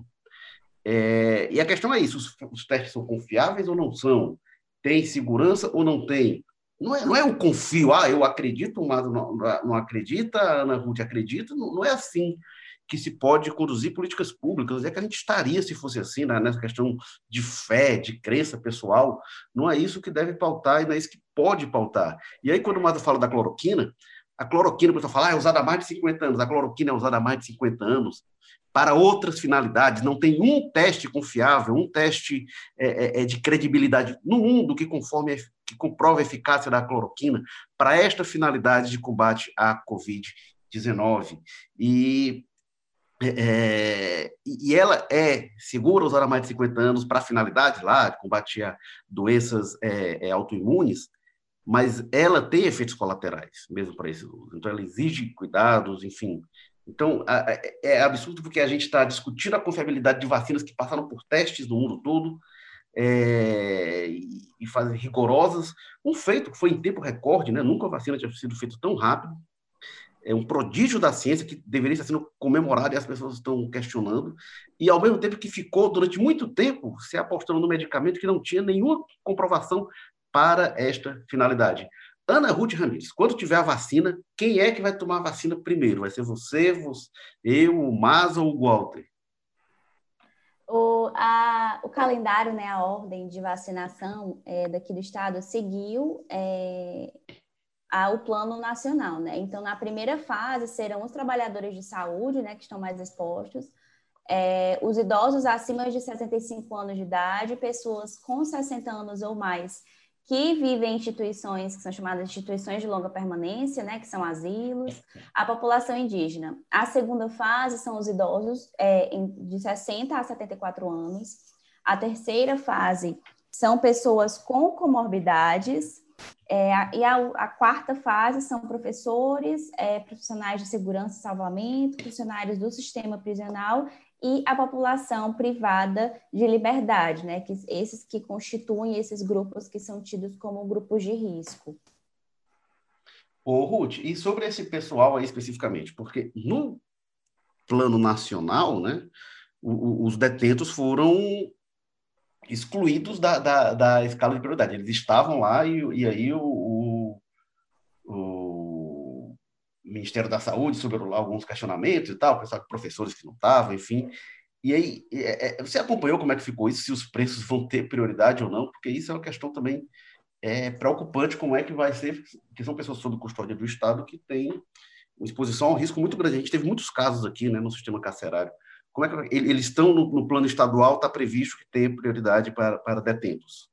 É, e a questão é isso, os, os testes são confiáveis ou não são? Tem segurança ou não tem? Não é, não é eu confio, ah, eu acredito, mas não, não acredita, a Ana Ruth acredita, não, não é assim. que se pode conduzir políticas públicas. Onde é que a gente estaria se fosse assim, né? Nessa questão de fé, de crença pessoal? Não é isso que deve pautar e não é isso que pode pautar. E aí, quando o Mata fala da cloroquina, a cloroquina, o pessoal fala, ah, é usada há mais de cinquenta anos. A cloroquina é usada há mais de cinquenta anos para outras finalidades. Não tem um teste confiável, um teste é, é, de credibilidade no mundo que, conforme, que comprove a eficácia da cloroquina para esta finalidade de combate à covid dezenove. E, é, e ela é segura, usada há mais de cinquenta anos para a finalidade lá de combater a doenças é, é, autoimunes, mas ela tem efeitos colaterais, mesmo para esse uso. Então, ela exige cuidados, enfim. Então, é absurdo porque a gente está discutindo a confiabilidade de vacinas que passaram por testes no mundo todo, é, e fazem rigorosas. Um feito que foi em tempo recorde, né? Nunca a vacina tinha sido feita tão rápido. É um prodígio da ciência que deveria estar sendo comemorado e as pessoas estão questionando. E, ao mesmo tempo que ficou, durante muito tempo, se apostando no medicamento que não tinha nenhuma comprovação para esta finalidade. Ana Ruth Ramires, quando tiver a vacina, quem é que vai tomar a vacina primeiro? Vai ser você, você eu, o Maza ou o Walter? O, a, o calendário, né, a ordem de vacinação é, daqui do estado seguiu é, a, o plano nacional, né? Então, na primeira fase, serão os trabalhadores de saúde, né, que estão mais expostos, é, os idosos acima de sessenta e cinco anos de idade, pessoas com sessenta anos ou mais que vivem em instituições que são chamadas de instituições de longa permanência, né, que são asilos, a população indígena. A segunda fase são os idosos é, de sessenta a setenta e quatro anos. A terceira fase são pessoas com comorbidades. É, e a, a quarta fase são professores, é, profissionais de segurança e salvamento, funcionários do sistema prisional e a população privada de liberdade, né? Que, esses que constituem esses grupos que são tidos como grupos de risco. Ô, Ruth, e sobre esse pessoal aí especificamente, porque no plano nacional, né, o, o, os detentos foram excluídos da, da, da escala de prioridade. Eles estavam lá e, e aí o, o, o Ministério da Saúde sobre alguns questionamentos e tal, pessoal, professores que não estavam, enfim. E aí, é, é, você acompanhou como é que ficou isso, se os preços vão ter prioridade ou não? Porque isso é uma questão também é, preocupante, como é que vai ser, que são pessoas sob custódia do Estado que têm uma exposição ao risco muito grande. A gente teve muitos casos aqui, né, no sistema carcerário. Como é que eles estão no, no plano estadual, está previsto que tenha prioridade para, para detentos?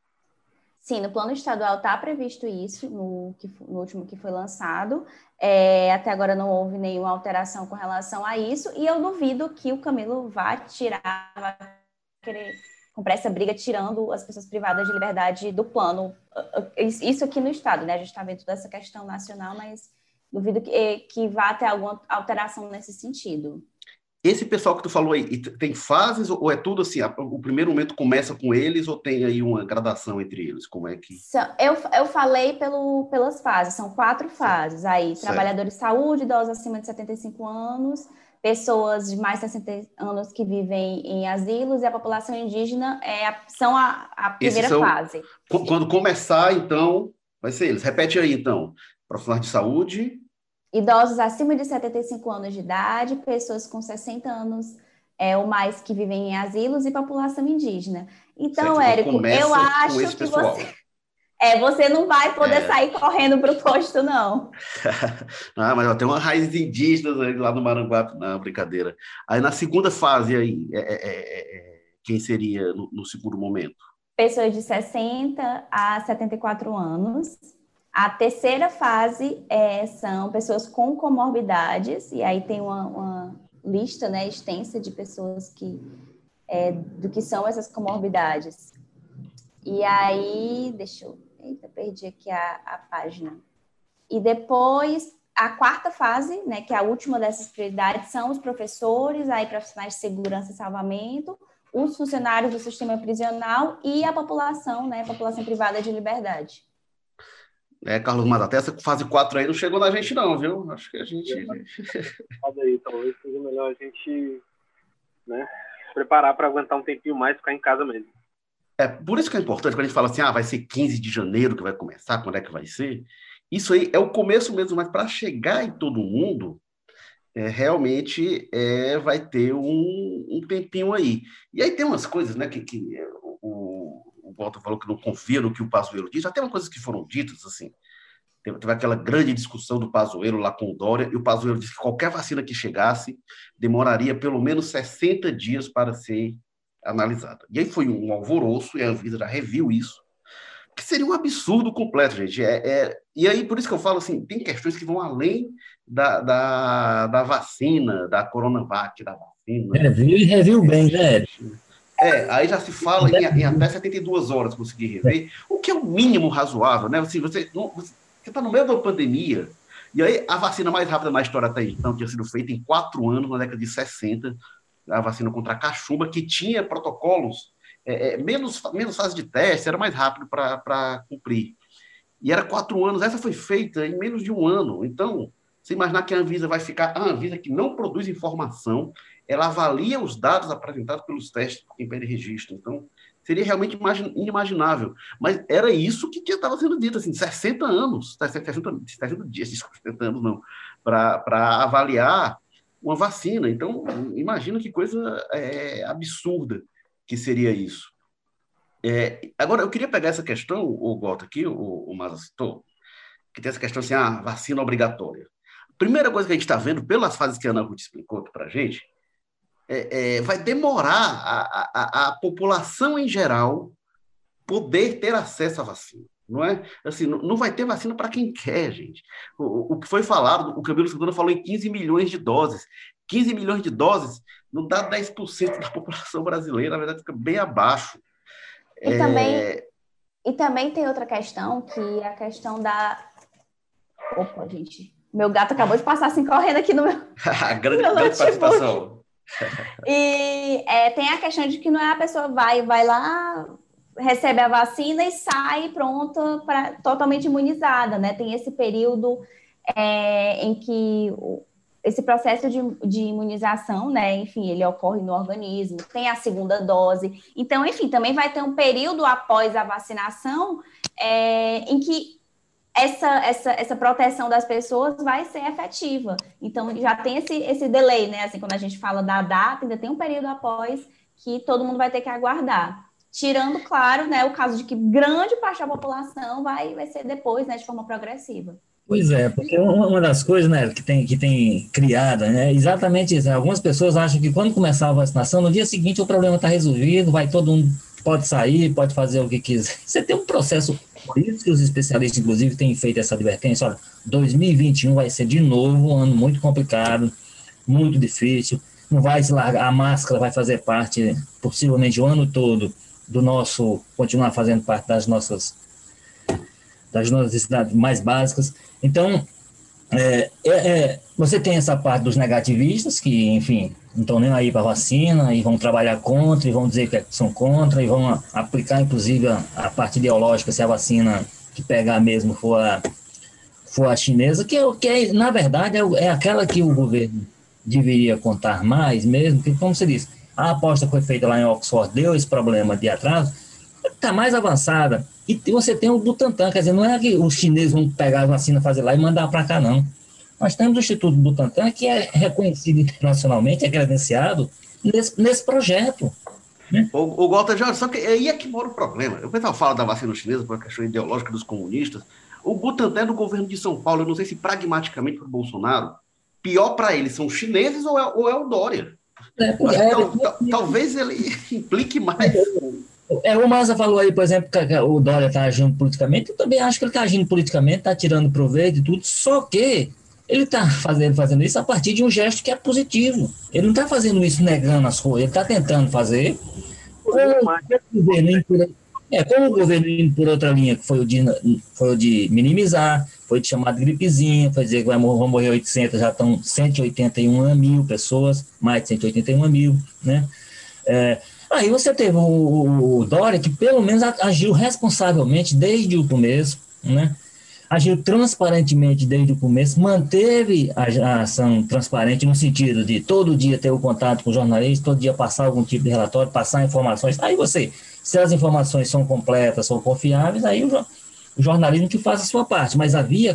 Sim, no plano estadual está previsto isso, no, que, no último que foi lançado. É, até agora não houve nenhuma alteração com relação a isso, e eu duvido que o Camilo vá tirar, vá querer comprar essa briga tirando as pessoas privadas de liberdade do plano. Isso aqui no estado, né? A gente está vendo toda essa questão nacional, mas duvido que, que vá ter alguma alteração nesse sentido. Esse pessoal que tu falou aí, tem fases ou é tudo assim, o primeiro momento começa com eles ou tem aí uma gradação entre eles? Como é que... Eu, eu falei pelo, pelas fases, são quatro fases. Aí, certo. Trabalhadores de saúde, idosos acima de setenta e cinco anos, pessoas de mais de sessenta anos que vivem em asilos e a população indígena é a, são a, a primeira são, fase. Quando começar, então, vai ser eles. Repete aí, então. Profissionais de saúde... Idosos acima de setenta e cinco anos de idade, pessoas com sessenta anos é, ou mais que vivem em asilos e população indígena. Então, certo, Érico, eu acho que pessoal. você... É, você não vai poder é. sair correndo para o posto, não. Ah, mas tem uma raiz indígena lá no Maranguape. Não, brincadeira. Aí, na segunda fase, aí, é, é, é, quem seria no, no segundo momento? Pessoas de sessenta a setenta e quatro anos. A terceira fase é, são pessoas com comorbidades, e aí tem uma, uma lista, né, extensa de pessoas que, é, do que são essas comorbidades. E aí, deixa eu... Eita, perdi aqui a, a página. E depois, a quarta fase, né, que é a última dessas prioridades, são os professores, aí profissionais de segurança e salvamento, os funcionários do sistema prisional e a população, né, a população privada de liberdade. É, Carlos, mas até essa fase quatro aí não chegou na gente não, viu? Acho que a gente... Aí, talvez seja melhor a gente, né, se preparar para aguentar um tempinho mais e ficar em casa mesmo. É, por isso que é importante, quando a gente fala assim, ah, vai ser quinze de janeiro que vai começar, quando é que vai ser? Isso aí é o começo mesmo, mas para chegar em todo mundo, é, realmente é, vai ter um, um tempinho aí. E aí tem umas coisas, né, que, que o, o Walter falou que não confia no que o Pazuello diz, já tem umas coisas que foram ditas, assim, teve, teve aquela grande discussão do Pazuello lá com o Dória, e o Pazuello disse que qualquer vacina que chegasse demoraria pelo menos sessenta dias para ser analisada. E aí foi um alvoroço, e a Anvisa já reviu isso, que seria um absurdo completo, gente. É, é, e aí, por isso que eu falo assim, tem questões que vão além da, da, da vacina, da Coronavac, da vacina. Reviu e reviu bem, né? É, aí já se fala em, em até setenta e duas horas conseguir rever, o que é o mínimo razoável, né? Assim, você está no meio da pandemia, e aí a vacina mais rápida na história até então tinha sido feita em quatro anos, na década de sessenta, a vacina contra a cachumba, que tinha protocolos É, menos, menos fase de teste, era mais rápido para cumprir. E era quatro anos, essa foi feita em menos de um ano. Então, você imaginar que a Anvisa vai ficar... A Anvisa, que não produz informação, ela avalia os dados apresentados pelos testes em pé de registro. Então, seria realmente inimaginável. Mas era isso que estava sendo dito, assim, sessenta anos, sessenta, sessenta dias, desculpa, sessenta anos não, para avaliar uma vacina. Então, imagina que coisa é, absurda que seria isso. É, agora, eu queria pegar essa questão, o Gota aqui, o, o Maza citou, que tem essa questão assim, ah, vacina obrigatória. Primeira coisa que a gente está vendo, pelas fases que a Ana Ruth explicou aqui para a gente, é, é, vai demorar a, a, a população em geral poder ter acesso à vacina. Não é? Assim, não, não vai ter vacina para quem quer, gente. O, o que foi falado, o Camilo Santana falou em quinze milhões de doses. quinze milhões de doses não dá dez por cento da população brasileira, na verdade fica bem abaixo. E, é... também, e também tem outra questão, que é a questão da... Opa, gente, meu gato acabou de passar assim, correndo aqui no meu... grande, no grande participação. E é, tem a questão de que não é a pessoa vai, vai lá, recebe a vacina e sai pronta, pra, totalmente imunizada, né? Tem esse período é, em que... esse processo de, de imunização, né, enfim, ele ocorre no organismo, tem a segunda dose, então, enfim, também vai ter um período após a vacinação é, em que essa, essa, essa proteção das pessoas vai ser efetiva, então já tem esse, esse delay, né, assim, quando a gente fala da data, ainda tem um período após que todo mundo vai ter que aguardar, tirando, claro, né, o caso de que grande parte da população vai, vai ser depois, né, de forma progressiva. Pois é, porque uma das coisas, né, que tem, que tem criada, né, exatamente isso. Né? Algumas pessoas acham que quando começar a vacinação, no dia seguinte o problema está resolvido, vai todo mundo, pode sair, pode fazer o que quiser. Você tem um processo, por isso que os especialistas, inclusive, têm feito essa advertência, olha, dois mil e vinte e um vai ser de novo um ano muito complicado, muito difícil, não vai se largar, a máscara vai fazer parte, possivelmente o ano todo, do nosso, continuar fazendo parte das nossas, das nossas necessidades mais básicas. Então, é, é, é, você tem essa parte dos negativistas, que, enfim, não estão nem aí para a vacina, e vão trabalhar contra, e vão dizer que são contra, e vão aplicar, inclusive, a, a parte ideológica, se a vacina que pegar mesmo for a, for a chinesa, que, é, que é, na verdade, é, é aquela que o governo deveria contar mais mesmo, que, como você disse, a aposta que foi feita lá em Oxford deu esse problema de atraso, está mais avançada. E você tem o Butantan, quer dizer, não é que os chineses vão pegar a vacina, fazer lá e mandar para cá, não. Nós temos o Instituto Butantan, que é reconhecido internacionalmente, é credenciado nesse, nesse projeto. Né? O, o Walter Jorge, só que aí é que mora o problema. O pessoal fala da vacina chinesa por uma questão ideológica dos comunistas. O Butantan é do governo de São Paulo, eu não sei se pragmaticamente para o Bolsonaro, pior para ele são os chineses ou é, ou é o Dória. É, é, tal, é, tal, talvez ele implique mais... É, o Maza falou aí, por exemplo, que o Dória está agindo politicamente. Eu também acho que ele está agindo politicamente, está tirando proveito e tudo, só que ele está fazendo, fazendo isso a partir de um gesto que é positivo. Ele não está fazendo isso negando as coisas, ele está tentando fazer. Como o governo indo por, é, como o governo indo por outra linha, que foi o, de, foi o de minimizar, foi de chamar de gripezinha, foi dizer que vai, vão morrer oitocentos, já estão cento e oitenta e um mil pessoas, mais de cento e oitenta e um mil, né? É, Aí você teve o, o Dória, que pelo menos agiu responsavelmente desde o começo, né? Agiu transparentemente desde o começo, manteve a, a ação transparente no sentido de todo dia ter o contato com o jornalista, todo dia passar algum tipo de relatório, passar informações. Aí você, se as informações são completas, são confiáveis, aí o, o jornalismo que faz a sua parte. Mas havia que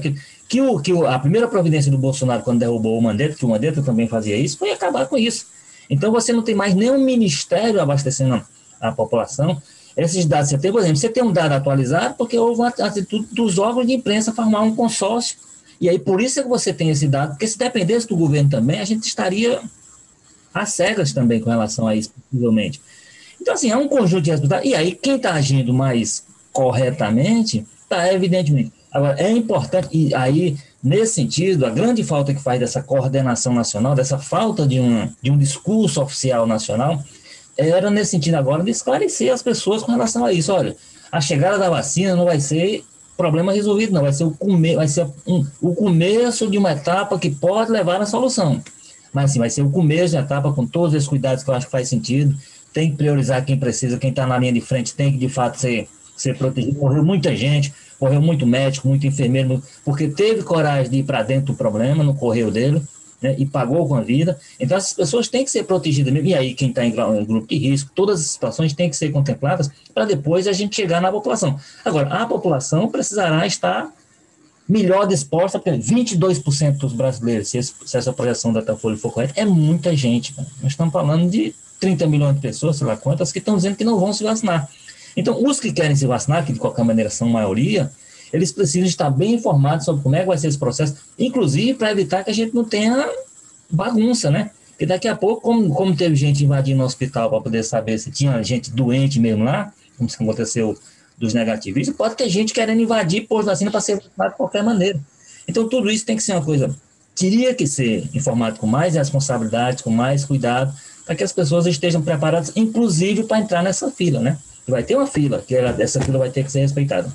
Que, o, que o, a primeira providência do Bolsonaro, quando derrubou o Mandetta, que o Mandetta também fazia isso, foi acabar com isso. Então, você não tem mais nenhum ministério abastecendo a população. Esses dados, você tem, por exemplo, você tem um dado atualizado porque houve uma atitude dos órgãos de imprensa formar um consórcio, e aí por isso é que você tem esse dado, porque se dependesse do governo também, a gente estaria às cegas também com relação a isso, possivelmente. Então, assim, é um conjunto de resultados, e aí quem está agindo mais corretamente, está evidentemente. Agora, é importante, e aí, nesse sentido, a grande falta que faz dessa coordenação nacional, dessa falta de um, de um discurso oficial nacional, era nesse sentido agora de esclarecer as pessoas com relação a isso. Olha, a chegada da vacina não vai ser problema resolvido, não, vai ser, o, come, vai ser um, o começo de uma etapa que pode levar à solução. Mas assim, vai ser o começo de etapa com todos esses cuidados que eu acho que faz sentido. Tem que priorizar quem precisa, quem está na linha de frente tem que, de fato, ser, ser protegido. Morreu muita gente, morreu muito médico, muito enfermeiro, porque teve coragem de ir para dentro do problema, não correu dele, né, e pagou com a vida. Então, essas pessoas têm que ser protegidas mesmo. E aí, quem está em grupo de risco, todas as situações têm que ser contempladas para depois a gente chegar na população. Agora, a população precisará estar melhor disposta, porque vinte e dois por cento dos brasileiros, se, esse, se essa projeção da Datafolha for correta, é muita gente. Cara. Nós estamos falando de trinta milhões de pessoas, sei lá quantas, que estão dizendo que não vão se vacinar. Então, os que querem se vacinar, que de qualquer maneira são maioria, eles precisam estar bem informados sobre como é que vai ser esse processo, inclusive para evitar que a gente não tenha bagunça, né? Porque daqui a pouco, como, como teve gente invadindo o hospital para poder saber se tinha gente doente mesmo lá, como se aconteceu dos negativistas, pode ter gente querendo invadir pós-vacina para ser vacinado de qualquer maneira. Então, tudo isso tem que ser uma coisa, teria que ser informado com mais responsabilidade, com mais cuidado, para que as pessoas estejam preparadas, inclusive para entrar nessa fila, né? Vai ter uma fila, que ela, essa fila vai ter que ser respeitada.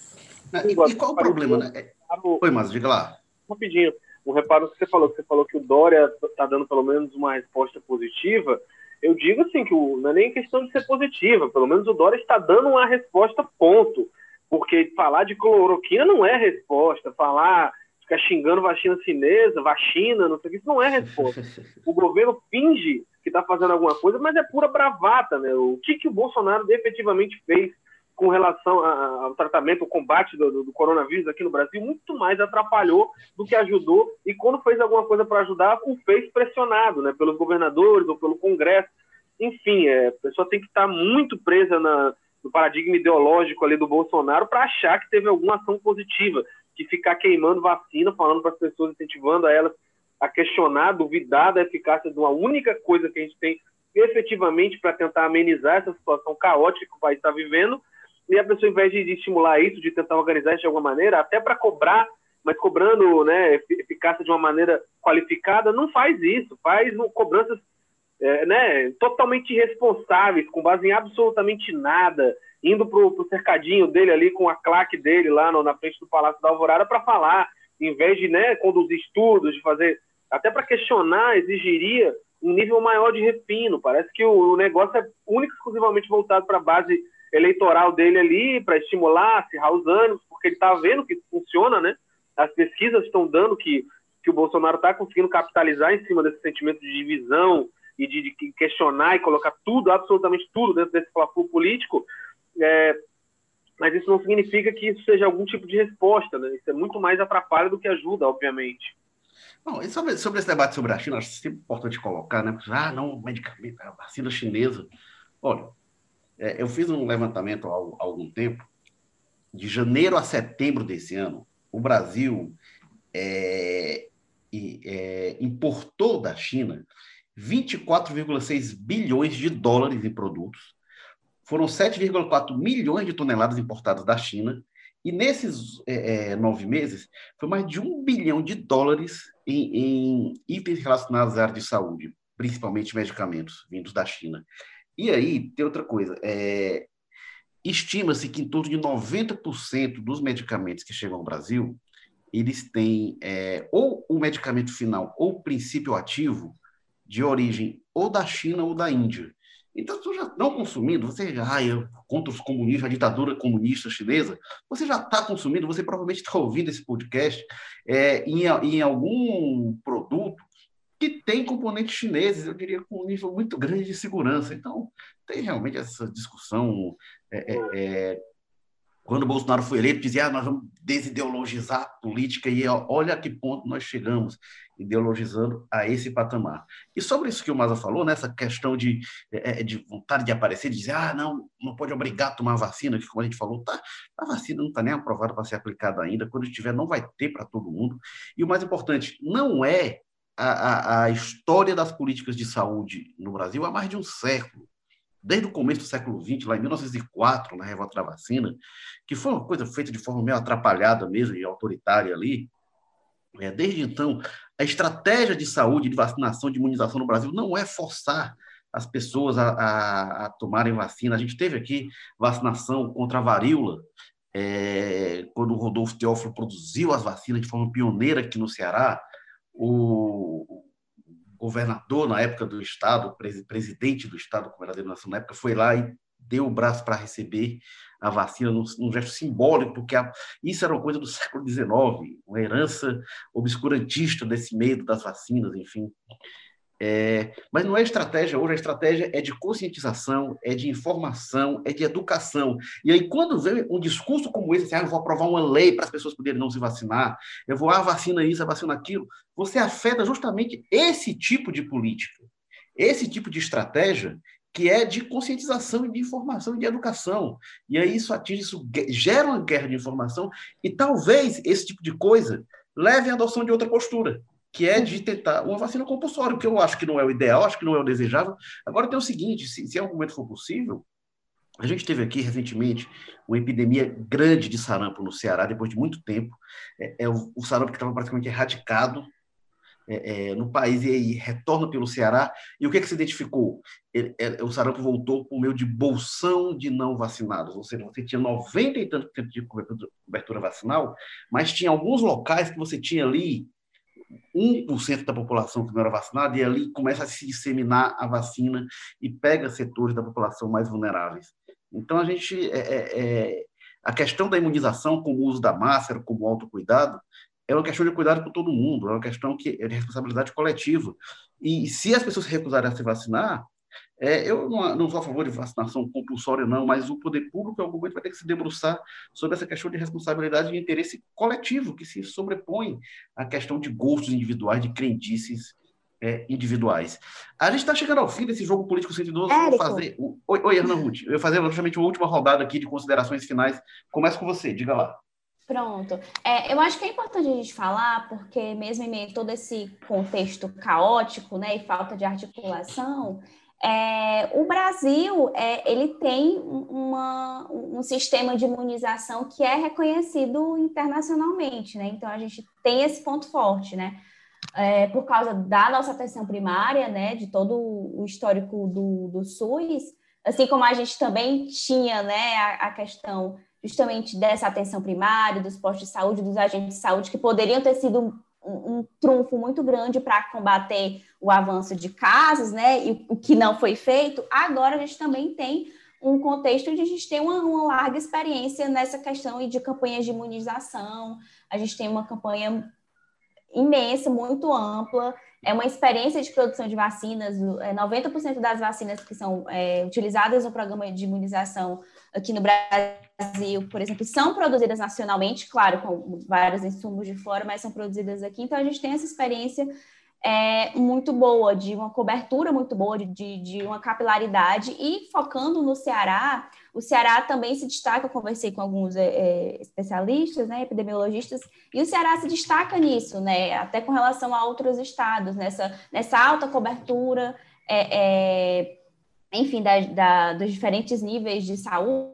E, e qual o problema, né? Oi, mas diga lá. Rapidinho, um reparo que você falou, que você falou que o Dória está dando pelo menos uma resposta positiva. Eu digo assim, que o, não é nem questão de ser positiva, pelo menos o Dória está dando uma resposta, ponto. Porque falar de cloroquina não é resposta, falar, ficar xingando vacina chinesa, vacina, não sei o que, isso não é resposta. O governo finge que está fazendo alguma coisa, mas é pura bravata, né? O que, que o Bolsonaro efetivamente fez com relação a, ao tratamento, ao combate do, do, do coronavírus aqui no Brasil, muito mais atrapalhou do que ajudou, e quando fez alguma coisa para ajudar, o fez pressionado, né, pelos governadores ou pelo Congresso. Enfim, é, a pessoa tem que estar muito presa na, no paradigma ideológico ali do Bolsonaro para achar que teve alguma ação positiva, que ficar queimando vacina, falando para as pessoas, incentivando a elas a questionar, duvidar da eficácia de uma única coisa que a gente tem efetivamente para tentar amenizar essa situação caótica que o país está vivendo. E a pessoa, ao invés de, de estimular isso, de tentar organizar isso de alguma maneira, até para cobrar, mas cobrando, né, eficácia de uma maneira qualificada, não faz isso, faz um, cobranças é, né, totalmente irresponsáveis, com base em absolutamente nada, indo para o cercadinho dele ali, com a claque dele lá no, na frente do Palácio da Alvorada para falar, em vez de, né, conduzir estudos, de fazer, até para questionar, exigiria um nível maior de refino. Parece que o, o negócio é único e exclusivamente voltado para a base eleitoral dele ali, para estimular, acirrar os ânimos, porque ele está vendo que funciona, né? As pesquisas estão dando que, que o Bolsonaro está conseguindo capitalizar em cima desse sentimento de divisão e de, de questionar e colocar tudo, absolutamente tudo, dentro desse fla-flu político, é, mas isso não significa que isso seja algum tipo de resposta, né? Isso é muito mais atrapalha do que ajuda, obviamente. Bom, e sobre, sobre esse debate sobre a China, acho sempre importante colocar, né? Porque, ah, não, medicamento, a vacina chinesa. Olha, é, eu fiz um levantamento há, há algum tempo, de janeiro a setembro desse ano, o Brasil é, é, importou da China vinte e quatro vírgula seis bilhões de dólares em produtos, foram sete vírgula quatro milhões de toneladas importadas da China, e nesses é, nove meses, foi mais de um bilhão de dólares em, em itens relacionados à área de saúde, principalmente medicamentos vindos da China. E aí, tem outra coisa, é, estima-se que em torno de noventa por cento dos medicamentos que chegam ao Brasil, eles têm é, ou o medicamento final ou o princípio ativo de origem ou da China ou da Índia. Então, se você já não consumindo, você já, ah, eu, contra os comunistas, a ditadura comunista chinesa, você já está consumindo, você provavelmente está ouvindo esse podcast é, em, em algum produto que tem componentes chineses, eu diria, com um nível muito grande de segurança. Então, tem realmente essa discussão é, é, quando o Bolsonaro foi eleito, dizia, ah, nós vamos desideologizar a política, e olha a que ponto nós chegamos, ideologizando a esse patamar. E sobre isso que o Maza falou, nessa né, questão de, de vontade de aparecer, de dizer, ah, não, não pode obrigar a tomar vacina, que como a gente falou, tá, a vacina não está nem aprovada para ser aplicada ainda, quando estiver não vai ter para todo mundo. E o mais importante, não é a, a, a história das políticas de saúde no Brasil há mais de um século. Desde o começo do século vinte, lá em mil novecentos e quatro, na revolta da vacina, que foi uma coisa feita de forma meio atrapalhada mesmo e autoritária ali, é, desde então, a estratégia de saúde, de vacinação, de imunização no Brasil não é forçar as pessoas a, a, a tomarem vacina. A gente teve aqui vacinação contra a varíola, é, quando o Rodolfo Teófilo produziu as vacinas de forma pioneira aqui no Ceará. O governador, na época do Estado, presidente do Estado, governador nacional, na época, foi lá e deu o braço para receber a vacina num, num gesto simbólico, porque a, isso era uma coisa do século dezenove, uma herança obscurantista desse medo das vacinas, enfim. É, mas não é estratégia hoje, a estratégia é de conscientização, é de informação, é de educação. E aí, quando vem um discurso como esse, assim, ah, eu vou aprovar uma lei para as pessoas poderem não se vacinar, eu vou, ah, vacina isso, a vacina aquilo, você afeta justamente esse tipo de política, esse tipo de estratégia que é de conscientização e de informação e de educação. E aí isso atinge, isso gera uma guerra de informação e talvez esse tipo de coisa leve à adoção de outra postura, que é de tentar uma vacina compulsória, que eu acho que não é o ideal, acho que não é o desejável. Agora tem o seguinte, se, se em algum momento for possível, a gente teve aqui recentemente uma epidemia grande de sarampo no Ceará, depois de muito tempo, é, é o, o sarampo que estava praticamente erradicado é, é, no país, e aí retorna pelo Ceará, e o que, é que se identificou? Ele, é, o sarampo voltou por meio de bolsão de não vacinados, ou seja, você tinha noventa e tantos por cento de cobertura, cobertura vacinal, mas tinha alguns locais que você tinha ali um por cento da população que não era vacinada, e ali começa a se disseminar a vacina e pega setores da população mais vulneráveis. Então, a gente, é, é, a questão da imunização, como o uso da máscara, como o autocuidado, é uma questão de cuidado com todo mundo, é uma questão que é de responsabilidade coletiva. E se as pessoas se recusarem a se vacinar, É, eu não, não sou a favor de vacinação compulsória, não, mas o poder público, em algum momento, vai ter que se debruçar sobre essa questão de responsabilidade e interesse coletivo, que se sobrepõe à questão de gostos individuais, de crendices é, individuais. A gente está chegando ao fim desse jogo político cento e doze. Eu vou fazer... Oi, oi, Ana Ruth. Eu vou fazer justamente uma última rodada aqui de considerações finais. Começo com você, diga lá. Pronto. É, eu acho que é importante a gente falar, porque mesmo em meio a todo esse contexto caótico, né, e falta de articulação, É, o Brasil é, ele tem uma, um sistema de imunização que é reconhecido internacionalmente, né? Então a gente tem esse ponto forte, né? É, por causa da nossa atenção primária, né? De todo o histórico do, do SUS, assim como a gente também tinha, né? A, a questão justamente dessa atenção primária, dos postos de saúde, dos agentes de saúde, que poderiam ter sido um, um trunfo muito grande para combater o avanço de casos, né, e o que não foi feito. Agora a gente também tem um contexto onde a gente tem uma, uma larga experiência nessa questão de campanhas de imunização, a gente tem uma campanha imensa, muito ampla, é uma experiência de produção de vacinas, noventa por cento das vacinas que são é, utilizadas no programa de imunização aqui no Brasil, por exemplo, são produzidas nacionalmente, claro, com vários insumos de fora, mas são produzidas aqui, então a gente tem essa experiência é, muito boa, de uma cobertura muito boa, de, de, de uma capilaridade, e focando no Ceará, o Ceará também se destaca, eu conversei com alguns é, especialistas, né, epidemiologistas, e o Ceará se destaca nisso, né, até com relação a outros estados, nessa, nessa alta cobertura, é, é, enfim, da, da, dos diferentes níveis de saúde,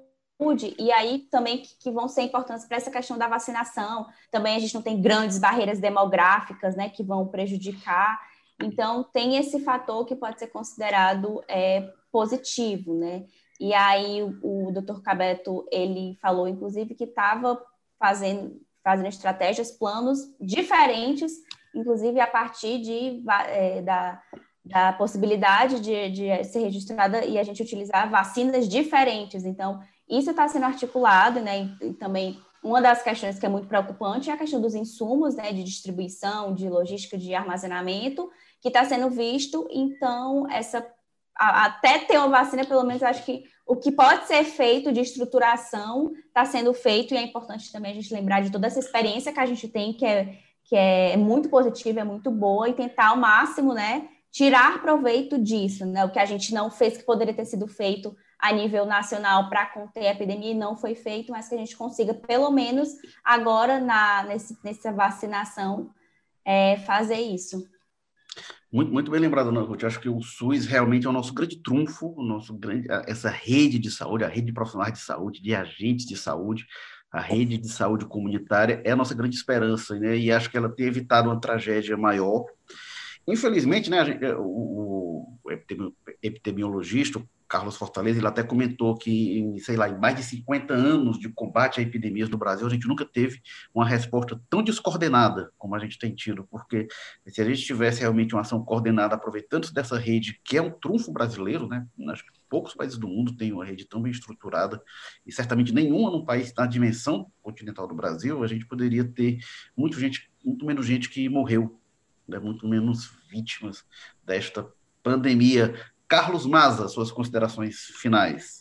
e aí também que, que vão ser importantes para essa questão da vacinação. Também a gente não tem grandes barreiras demográficas, né, que vão prejudicar. Então, tem esse fator que pode ser considerado é, positivo, né? E aí o, o doutor Cabeto, ele falou, inclusive, que estava fazendo, fazendo estratégias, planos diferentes, inclusive a partir de, é, da, da possibilidade de, de ser registrada e a gente utilizar vacinas diferentes. Então, isso está sendo articulado, né? E, e também uma das questões que é muito preocupante é a questão dos insumos, né? De distribuição, de logística, de armazenamento, que está sendo visto. Então, essa, a, até ter uma vacina, pelo menos, acho que o que pode ser feito de estruturação está sendo feito, e é importante também a gente lembrar de toda essa experiência que a gente tem, que é, que é muito positiva, é muito boa, e tentar ao máximo, né, tirar proveito disso, né, o que a gente não fez que poderia ter sido feito a nível nacional para conter a epidemia e não foi feito, mas que a gente consiga, pelo menos agora, na, nesse, nessa vacinação, é, fazer isso. Muito, muito bem lembrado, Ana Ruth. Eu acho que o SUS realmente é o nosso grande trunfo, o nosso grande, essa rede de saúde, a rede de profissionais de saúde, de agentes de saúde, a rede de saúde comunitária é a nossa grande esperança, né? E acho que ela tem evitado uma tragédia maior. Infelizmente, né, a gente, o, o epidemiologista, Carlos Fortaleza, ele até comentou que, em, sei lá, em mais de cinquenta anos de combate a epidemias no Brasil, a gente nunca teve uma resposta tão descoordenada como a gente tem tido, porque se a gente tivesse realmente uma ação coordenada, aproveitando dessa rede, que é um trunfo brasileiro, né? Acho que poucos países do mundo têm uma rede tão bem estruturada, e certamente nenhuma num país na dimensão continental do Brasil, a gente poderia ter muito, gente, muito menos gente que morreu, né? Muito menos vítimas desta pandemia. Carlos Maza, suas considerações finais.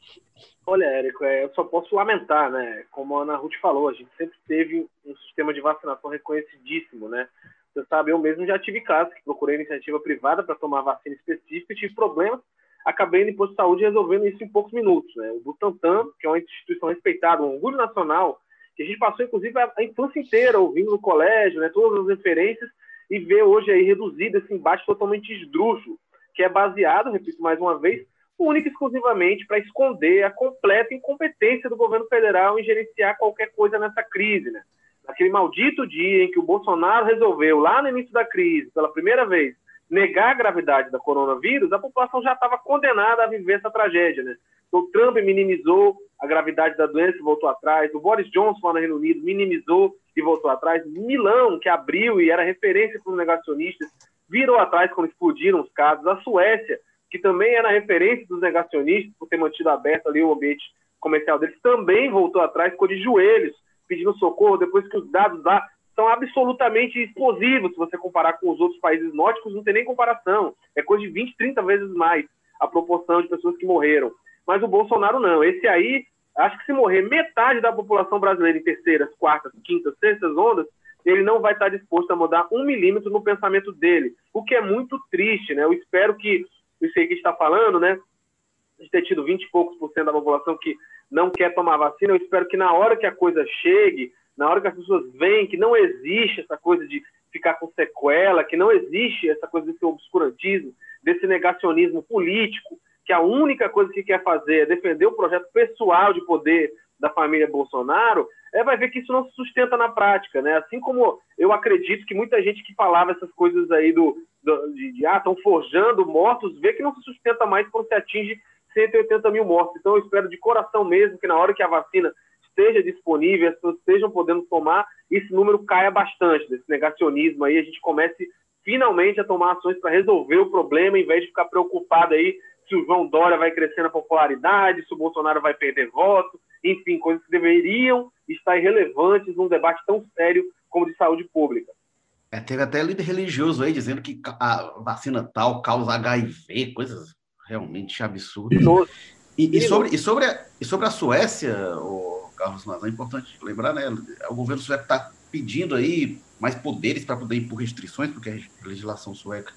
Olha, Érico, eu só posso lamentar, né? Como a Ana Ruth falou, a gente sempre teve um sistema de vacinação reconhecidíssimo, né? Você sabe, eu mesmo já tive casos que procurei iniciativa privada para tomar vacina específica e tive problemas, acabei no posto de saúde resolvendo isso em poucos minutos, né? O Butantan, que é uma instituição respeitada, um orgulho nacional, que a gente passou, inclusive, a infância inteira ouvindo no colégio, né? Todas as referências, e vê hoje aí reduzido esse embate totalmente esdrúxulo, que é baseado, repito mais uma vez, única e exclusivamente para esconder a completa incompetência do governo federal em gerenciar qualquer coisa nessa crise, né? Naquele maldito dia em que o Bolsonaro resolveu, lá no início da crise, pela primeira vez, negar a gravidade da coronavírus, a população já estava condenada a viver essa tragédia, né? O Trump minimizou a gravidade da doença e voltou atrás, o Boris Johnson lá no Reino Unido minimizou e voltou atrás, Milão, que abriu e era referência para os negacionistas, virou atrás quando explodiram os casos. A Suécia, que também era referência dos negacionistas, por ter mantido aberto ali o ambiente comercial deles, também voltou atrás, ficou de joelhos, pedindo socorro, depois que os dados lá são absolutamente explosivos. Se você comparar com os outros países nórdicos, não tem nem comparação. É coisa de vinte, trinta vezes mais a proporção de pessoas que morreram. Mas o Bolsonaro não. Esse aí, acho que se morrer metade da população brasileira em terceiras, quartas, quintas, sextas ondas, ele não vai estar disposto a mudar um milímetro no pensamento dele, o que é muito triste, né? Eu espero que, isso aí que a gente está falando, né, de ter tido vinte e poucos por cento da população que não quer tomar vacina, eu espero que na hora que a coisa chegue, na hora que as pessoas veem que não existe essa coisa de ficar com sequela, que não existe essa coisa desse obscurantismo, desse negacionismo político, que a única coisa que quer fazer é defender o projeto pessoal de poder da família Bolsonaro, é, vai ver que isso não se sustenta na prática, né? Assim como eu acredito que muita gente que falava essas coisas aí do, do de, de ah, estão forjando mortos, vê que não se sustenta mais quando se atinge cento e oitenta mil mortos. Então eu espero de coração mesmo que na hora que a vacina esteja disponível, as pessoas estejam podendo tomar, esse número caia bastante, desse negacionismo aí, a gente comece finalmente a tomar ações para resolver o problema, em vez de ficar preocupado aí se o João Dória vai crescer na popularidade, se o Bolsonaro vai perder voto, enfim, coisas que deveriam estar irrelevantes num debate tão sério como de saúde pública. É, teve até líder religioso aí dizendo que a vacina tal causa H I V, coisas realmente absurdas. E, e, sobre, e, sobre a, e sobre a Suécia, o Carlos Maza, é importante lembrar, né? O governo sueco está pedindo aí mais poderes para poder impor restrições, porque a legislação sueca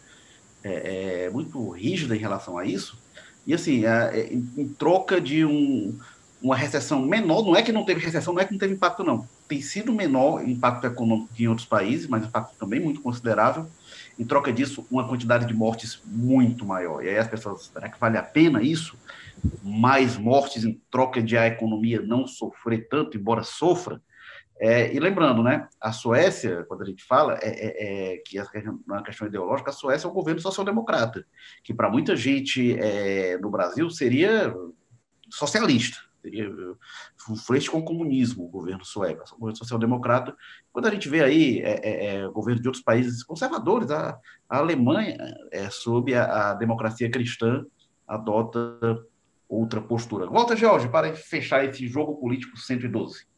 é, é muito rígida em relação a isso. E assim, é, em, em troca de um, uma recessão menor, não é que não teve recessão, não é que não teve impacto, não. Tem sido menor impacto econômico que em outros países, mas impacto também muito considerável. Em troca disso, uma quantidade de mortes muito maior. E aí as pessoas, será que vale a pena isso? Mais mortes em troca de a economia não sofrer tanto, embora sofra? É, e lembrando, né, a Suécia, quando a gente fala, é, é, é, que é uma questão ideológica, a Suécia é um governo social-democrata, que para muita gente é, no Brasil seria socialista, seria um flerte com o comunismo, o governo sueco, o governo social-democrata. Quando a gente vê aí é, é, é, governo de outros países conservadores, a, a Alemanha, é, sob a, a democracia cristã, adota outra postura. Volta, Jorge, para fechar esse jogo político cento e doze.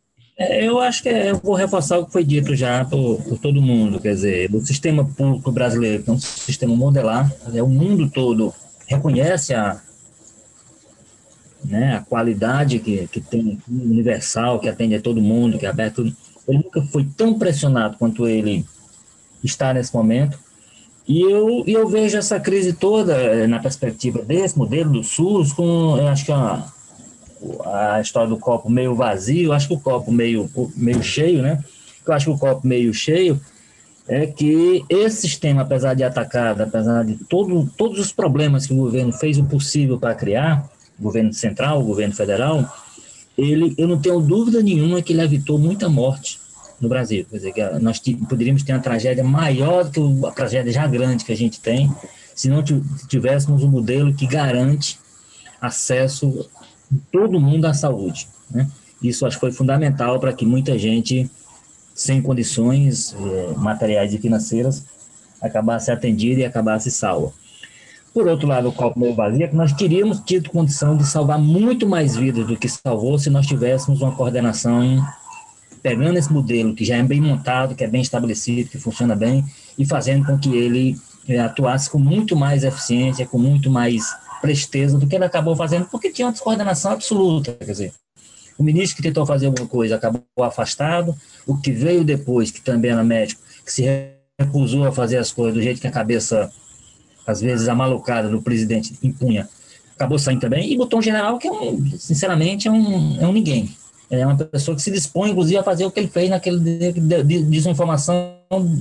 Eu acho que eu vou reforçar o que foi dito já por, por todo mundo, quer dizer, o sistema público brasileiro, que é um sistema modelar, o mundo todo reconhece a, né, a qualidade que, que tem, universal, que atende a todo mundo, que é aberto, ele nunca foi tão pressionado quanto ele está nesse momento. E eu, eu vejo essa crise toda na perspectiva desse modelo do SUS, com, eu acho que a, a história do copo meio vazio, acho que o copo meio, meio cheio, né? Eu acho que o copo meio cheio é que esse sistema, apesar de atacado, apesar de todo, todos os problemas que o governo fez o possível para criar, o governo central, o governo federal, ele, eu não tenho dúvida nenhuma que ele evitou muita morte no Brasil. Quer dizer, que nós t- poderíamos ter uma tragédia maior do que a tragédia já grande que a gente tem, se não tivéssemos um modelo que garante acesso de todo mundo à saúde, né? Isso acho que foi fundamental para que muita gente sem condições eh, materiais e financeiras acabasse atendida e acabasse salva. Por outro lado, o copo meio vazio é que nós teríamos tido condição de salvar muito mais vidas do que salvou se nós tivéssemos uma coordenação pegando esse modelo que já é bem montado, que é bem estabelecido, que funciona bem, e fazendo com que ele é, atuasse com muito mais eficiência, com muito mais presteza do que ele acabou fazendo, porque tinha uma descoordenação absoluta. Quer dizer, o ministro que tentou fazer alguma coisa acabou afastado, o que veio depois, que também era médico, que se recusou a fazer as coisas do jeito que a cabeça, às vezes, amalucada do presidente impunha, acabou saindo também, e botou um general que, é um, sinceramente, é um, é um ninguém. É uma pessoa que se dispõe, inclusive, a fazer o que ele fez naquele desinformação,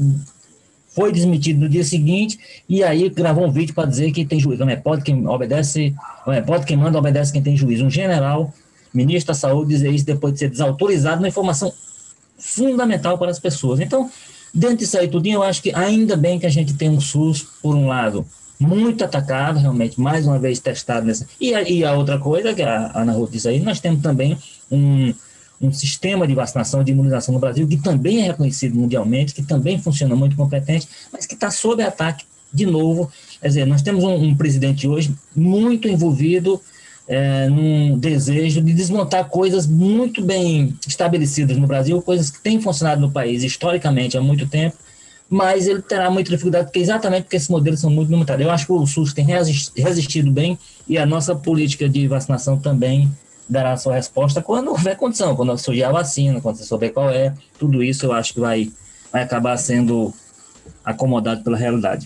foi desmentido no dia seguinte, e aí gravou um vídeo para dizer que tem juízo. Não é pode quem obedece, não é pode quem manda, obedece quem tem juízo. Um general, ministro da Saúde, dizer isso depois de ser desautorizado, uma informação fundamental para as pessoas. Então, dentro disso aí tudinho, eu acho que ainda bem que a gente tem um SUS, por um lado, muito atacado, realmente, mais uma vez testado nessa. E a, e a outra coisa, que a Ana Ruth disse aí, nós temos também um, um sistema de vacinação, de imunização no Brasil, que também é reconhecido mundialmente, que também funciona muito competente, mas que está sob ataque de novo. Quer dizer, nós temos um, um presidente hoje muito envolvido é, num desejo de desmontar coisas muito bem estabelecidas no Brasil, coisas que têm funcionado no país historicamente há muito tempo, mas ele terá muita dificuldade, porque exatamente porque esses modelos são muito limitados. Eu acho que o SUS tem resistido bem e a nossa política de vacinação também dará a sua resposta quando houver condição, quando surgir a vacina, quando você souber qual é, tudo isso eu acho que vai, vai acabar sendo acomodado pela realidade.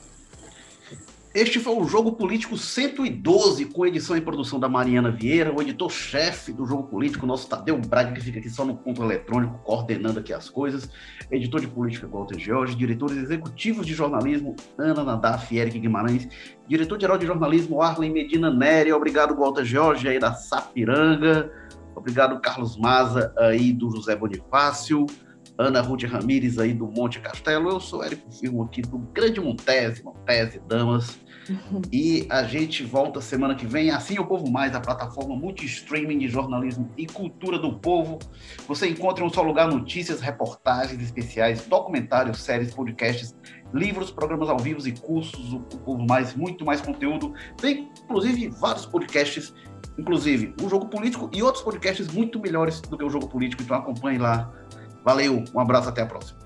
Este foi o Jogo Político cento e doze, com edição e produção da Mariana Vieira, o editor-chefe do Jogo Político, nosso Tadeu Braga, que fica aqui só no ponto eletrônico, coordenando aqui as coisas, editor de política, Walter George, diretores executivos de jornalismo, Ana Nadaf e Eric Guimarães, diretor-geral de jornalismo, Arlen Medina Nery, obrigado, Walter George, aí da Sapiranga, obrigado, Carlos Maza, aí do José Bonifácio, Ana Ruth Ramires, aí do Monte Castelo, eu sou Érico Firmo, aqui do Grande Montese, Montese Damas, e a gente volta semana que vem, Assim o Povo Mais, a plataforma multi-streaming de jornalismo e cultura do povo. Você encontra em um só lugar notícias, reportagens especiais, documentários, séries, podcasts, livros, programas ao vivo e cursos, o Povo Mais, muito mais conteúdo. Tem, inclusive, vários podcasts, inclusive o Jogo Político e outros podcasts muito melhores do que o Jogo Político, então acompanhe lá. Valeu, um abraço, até a próxima.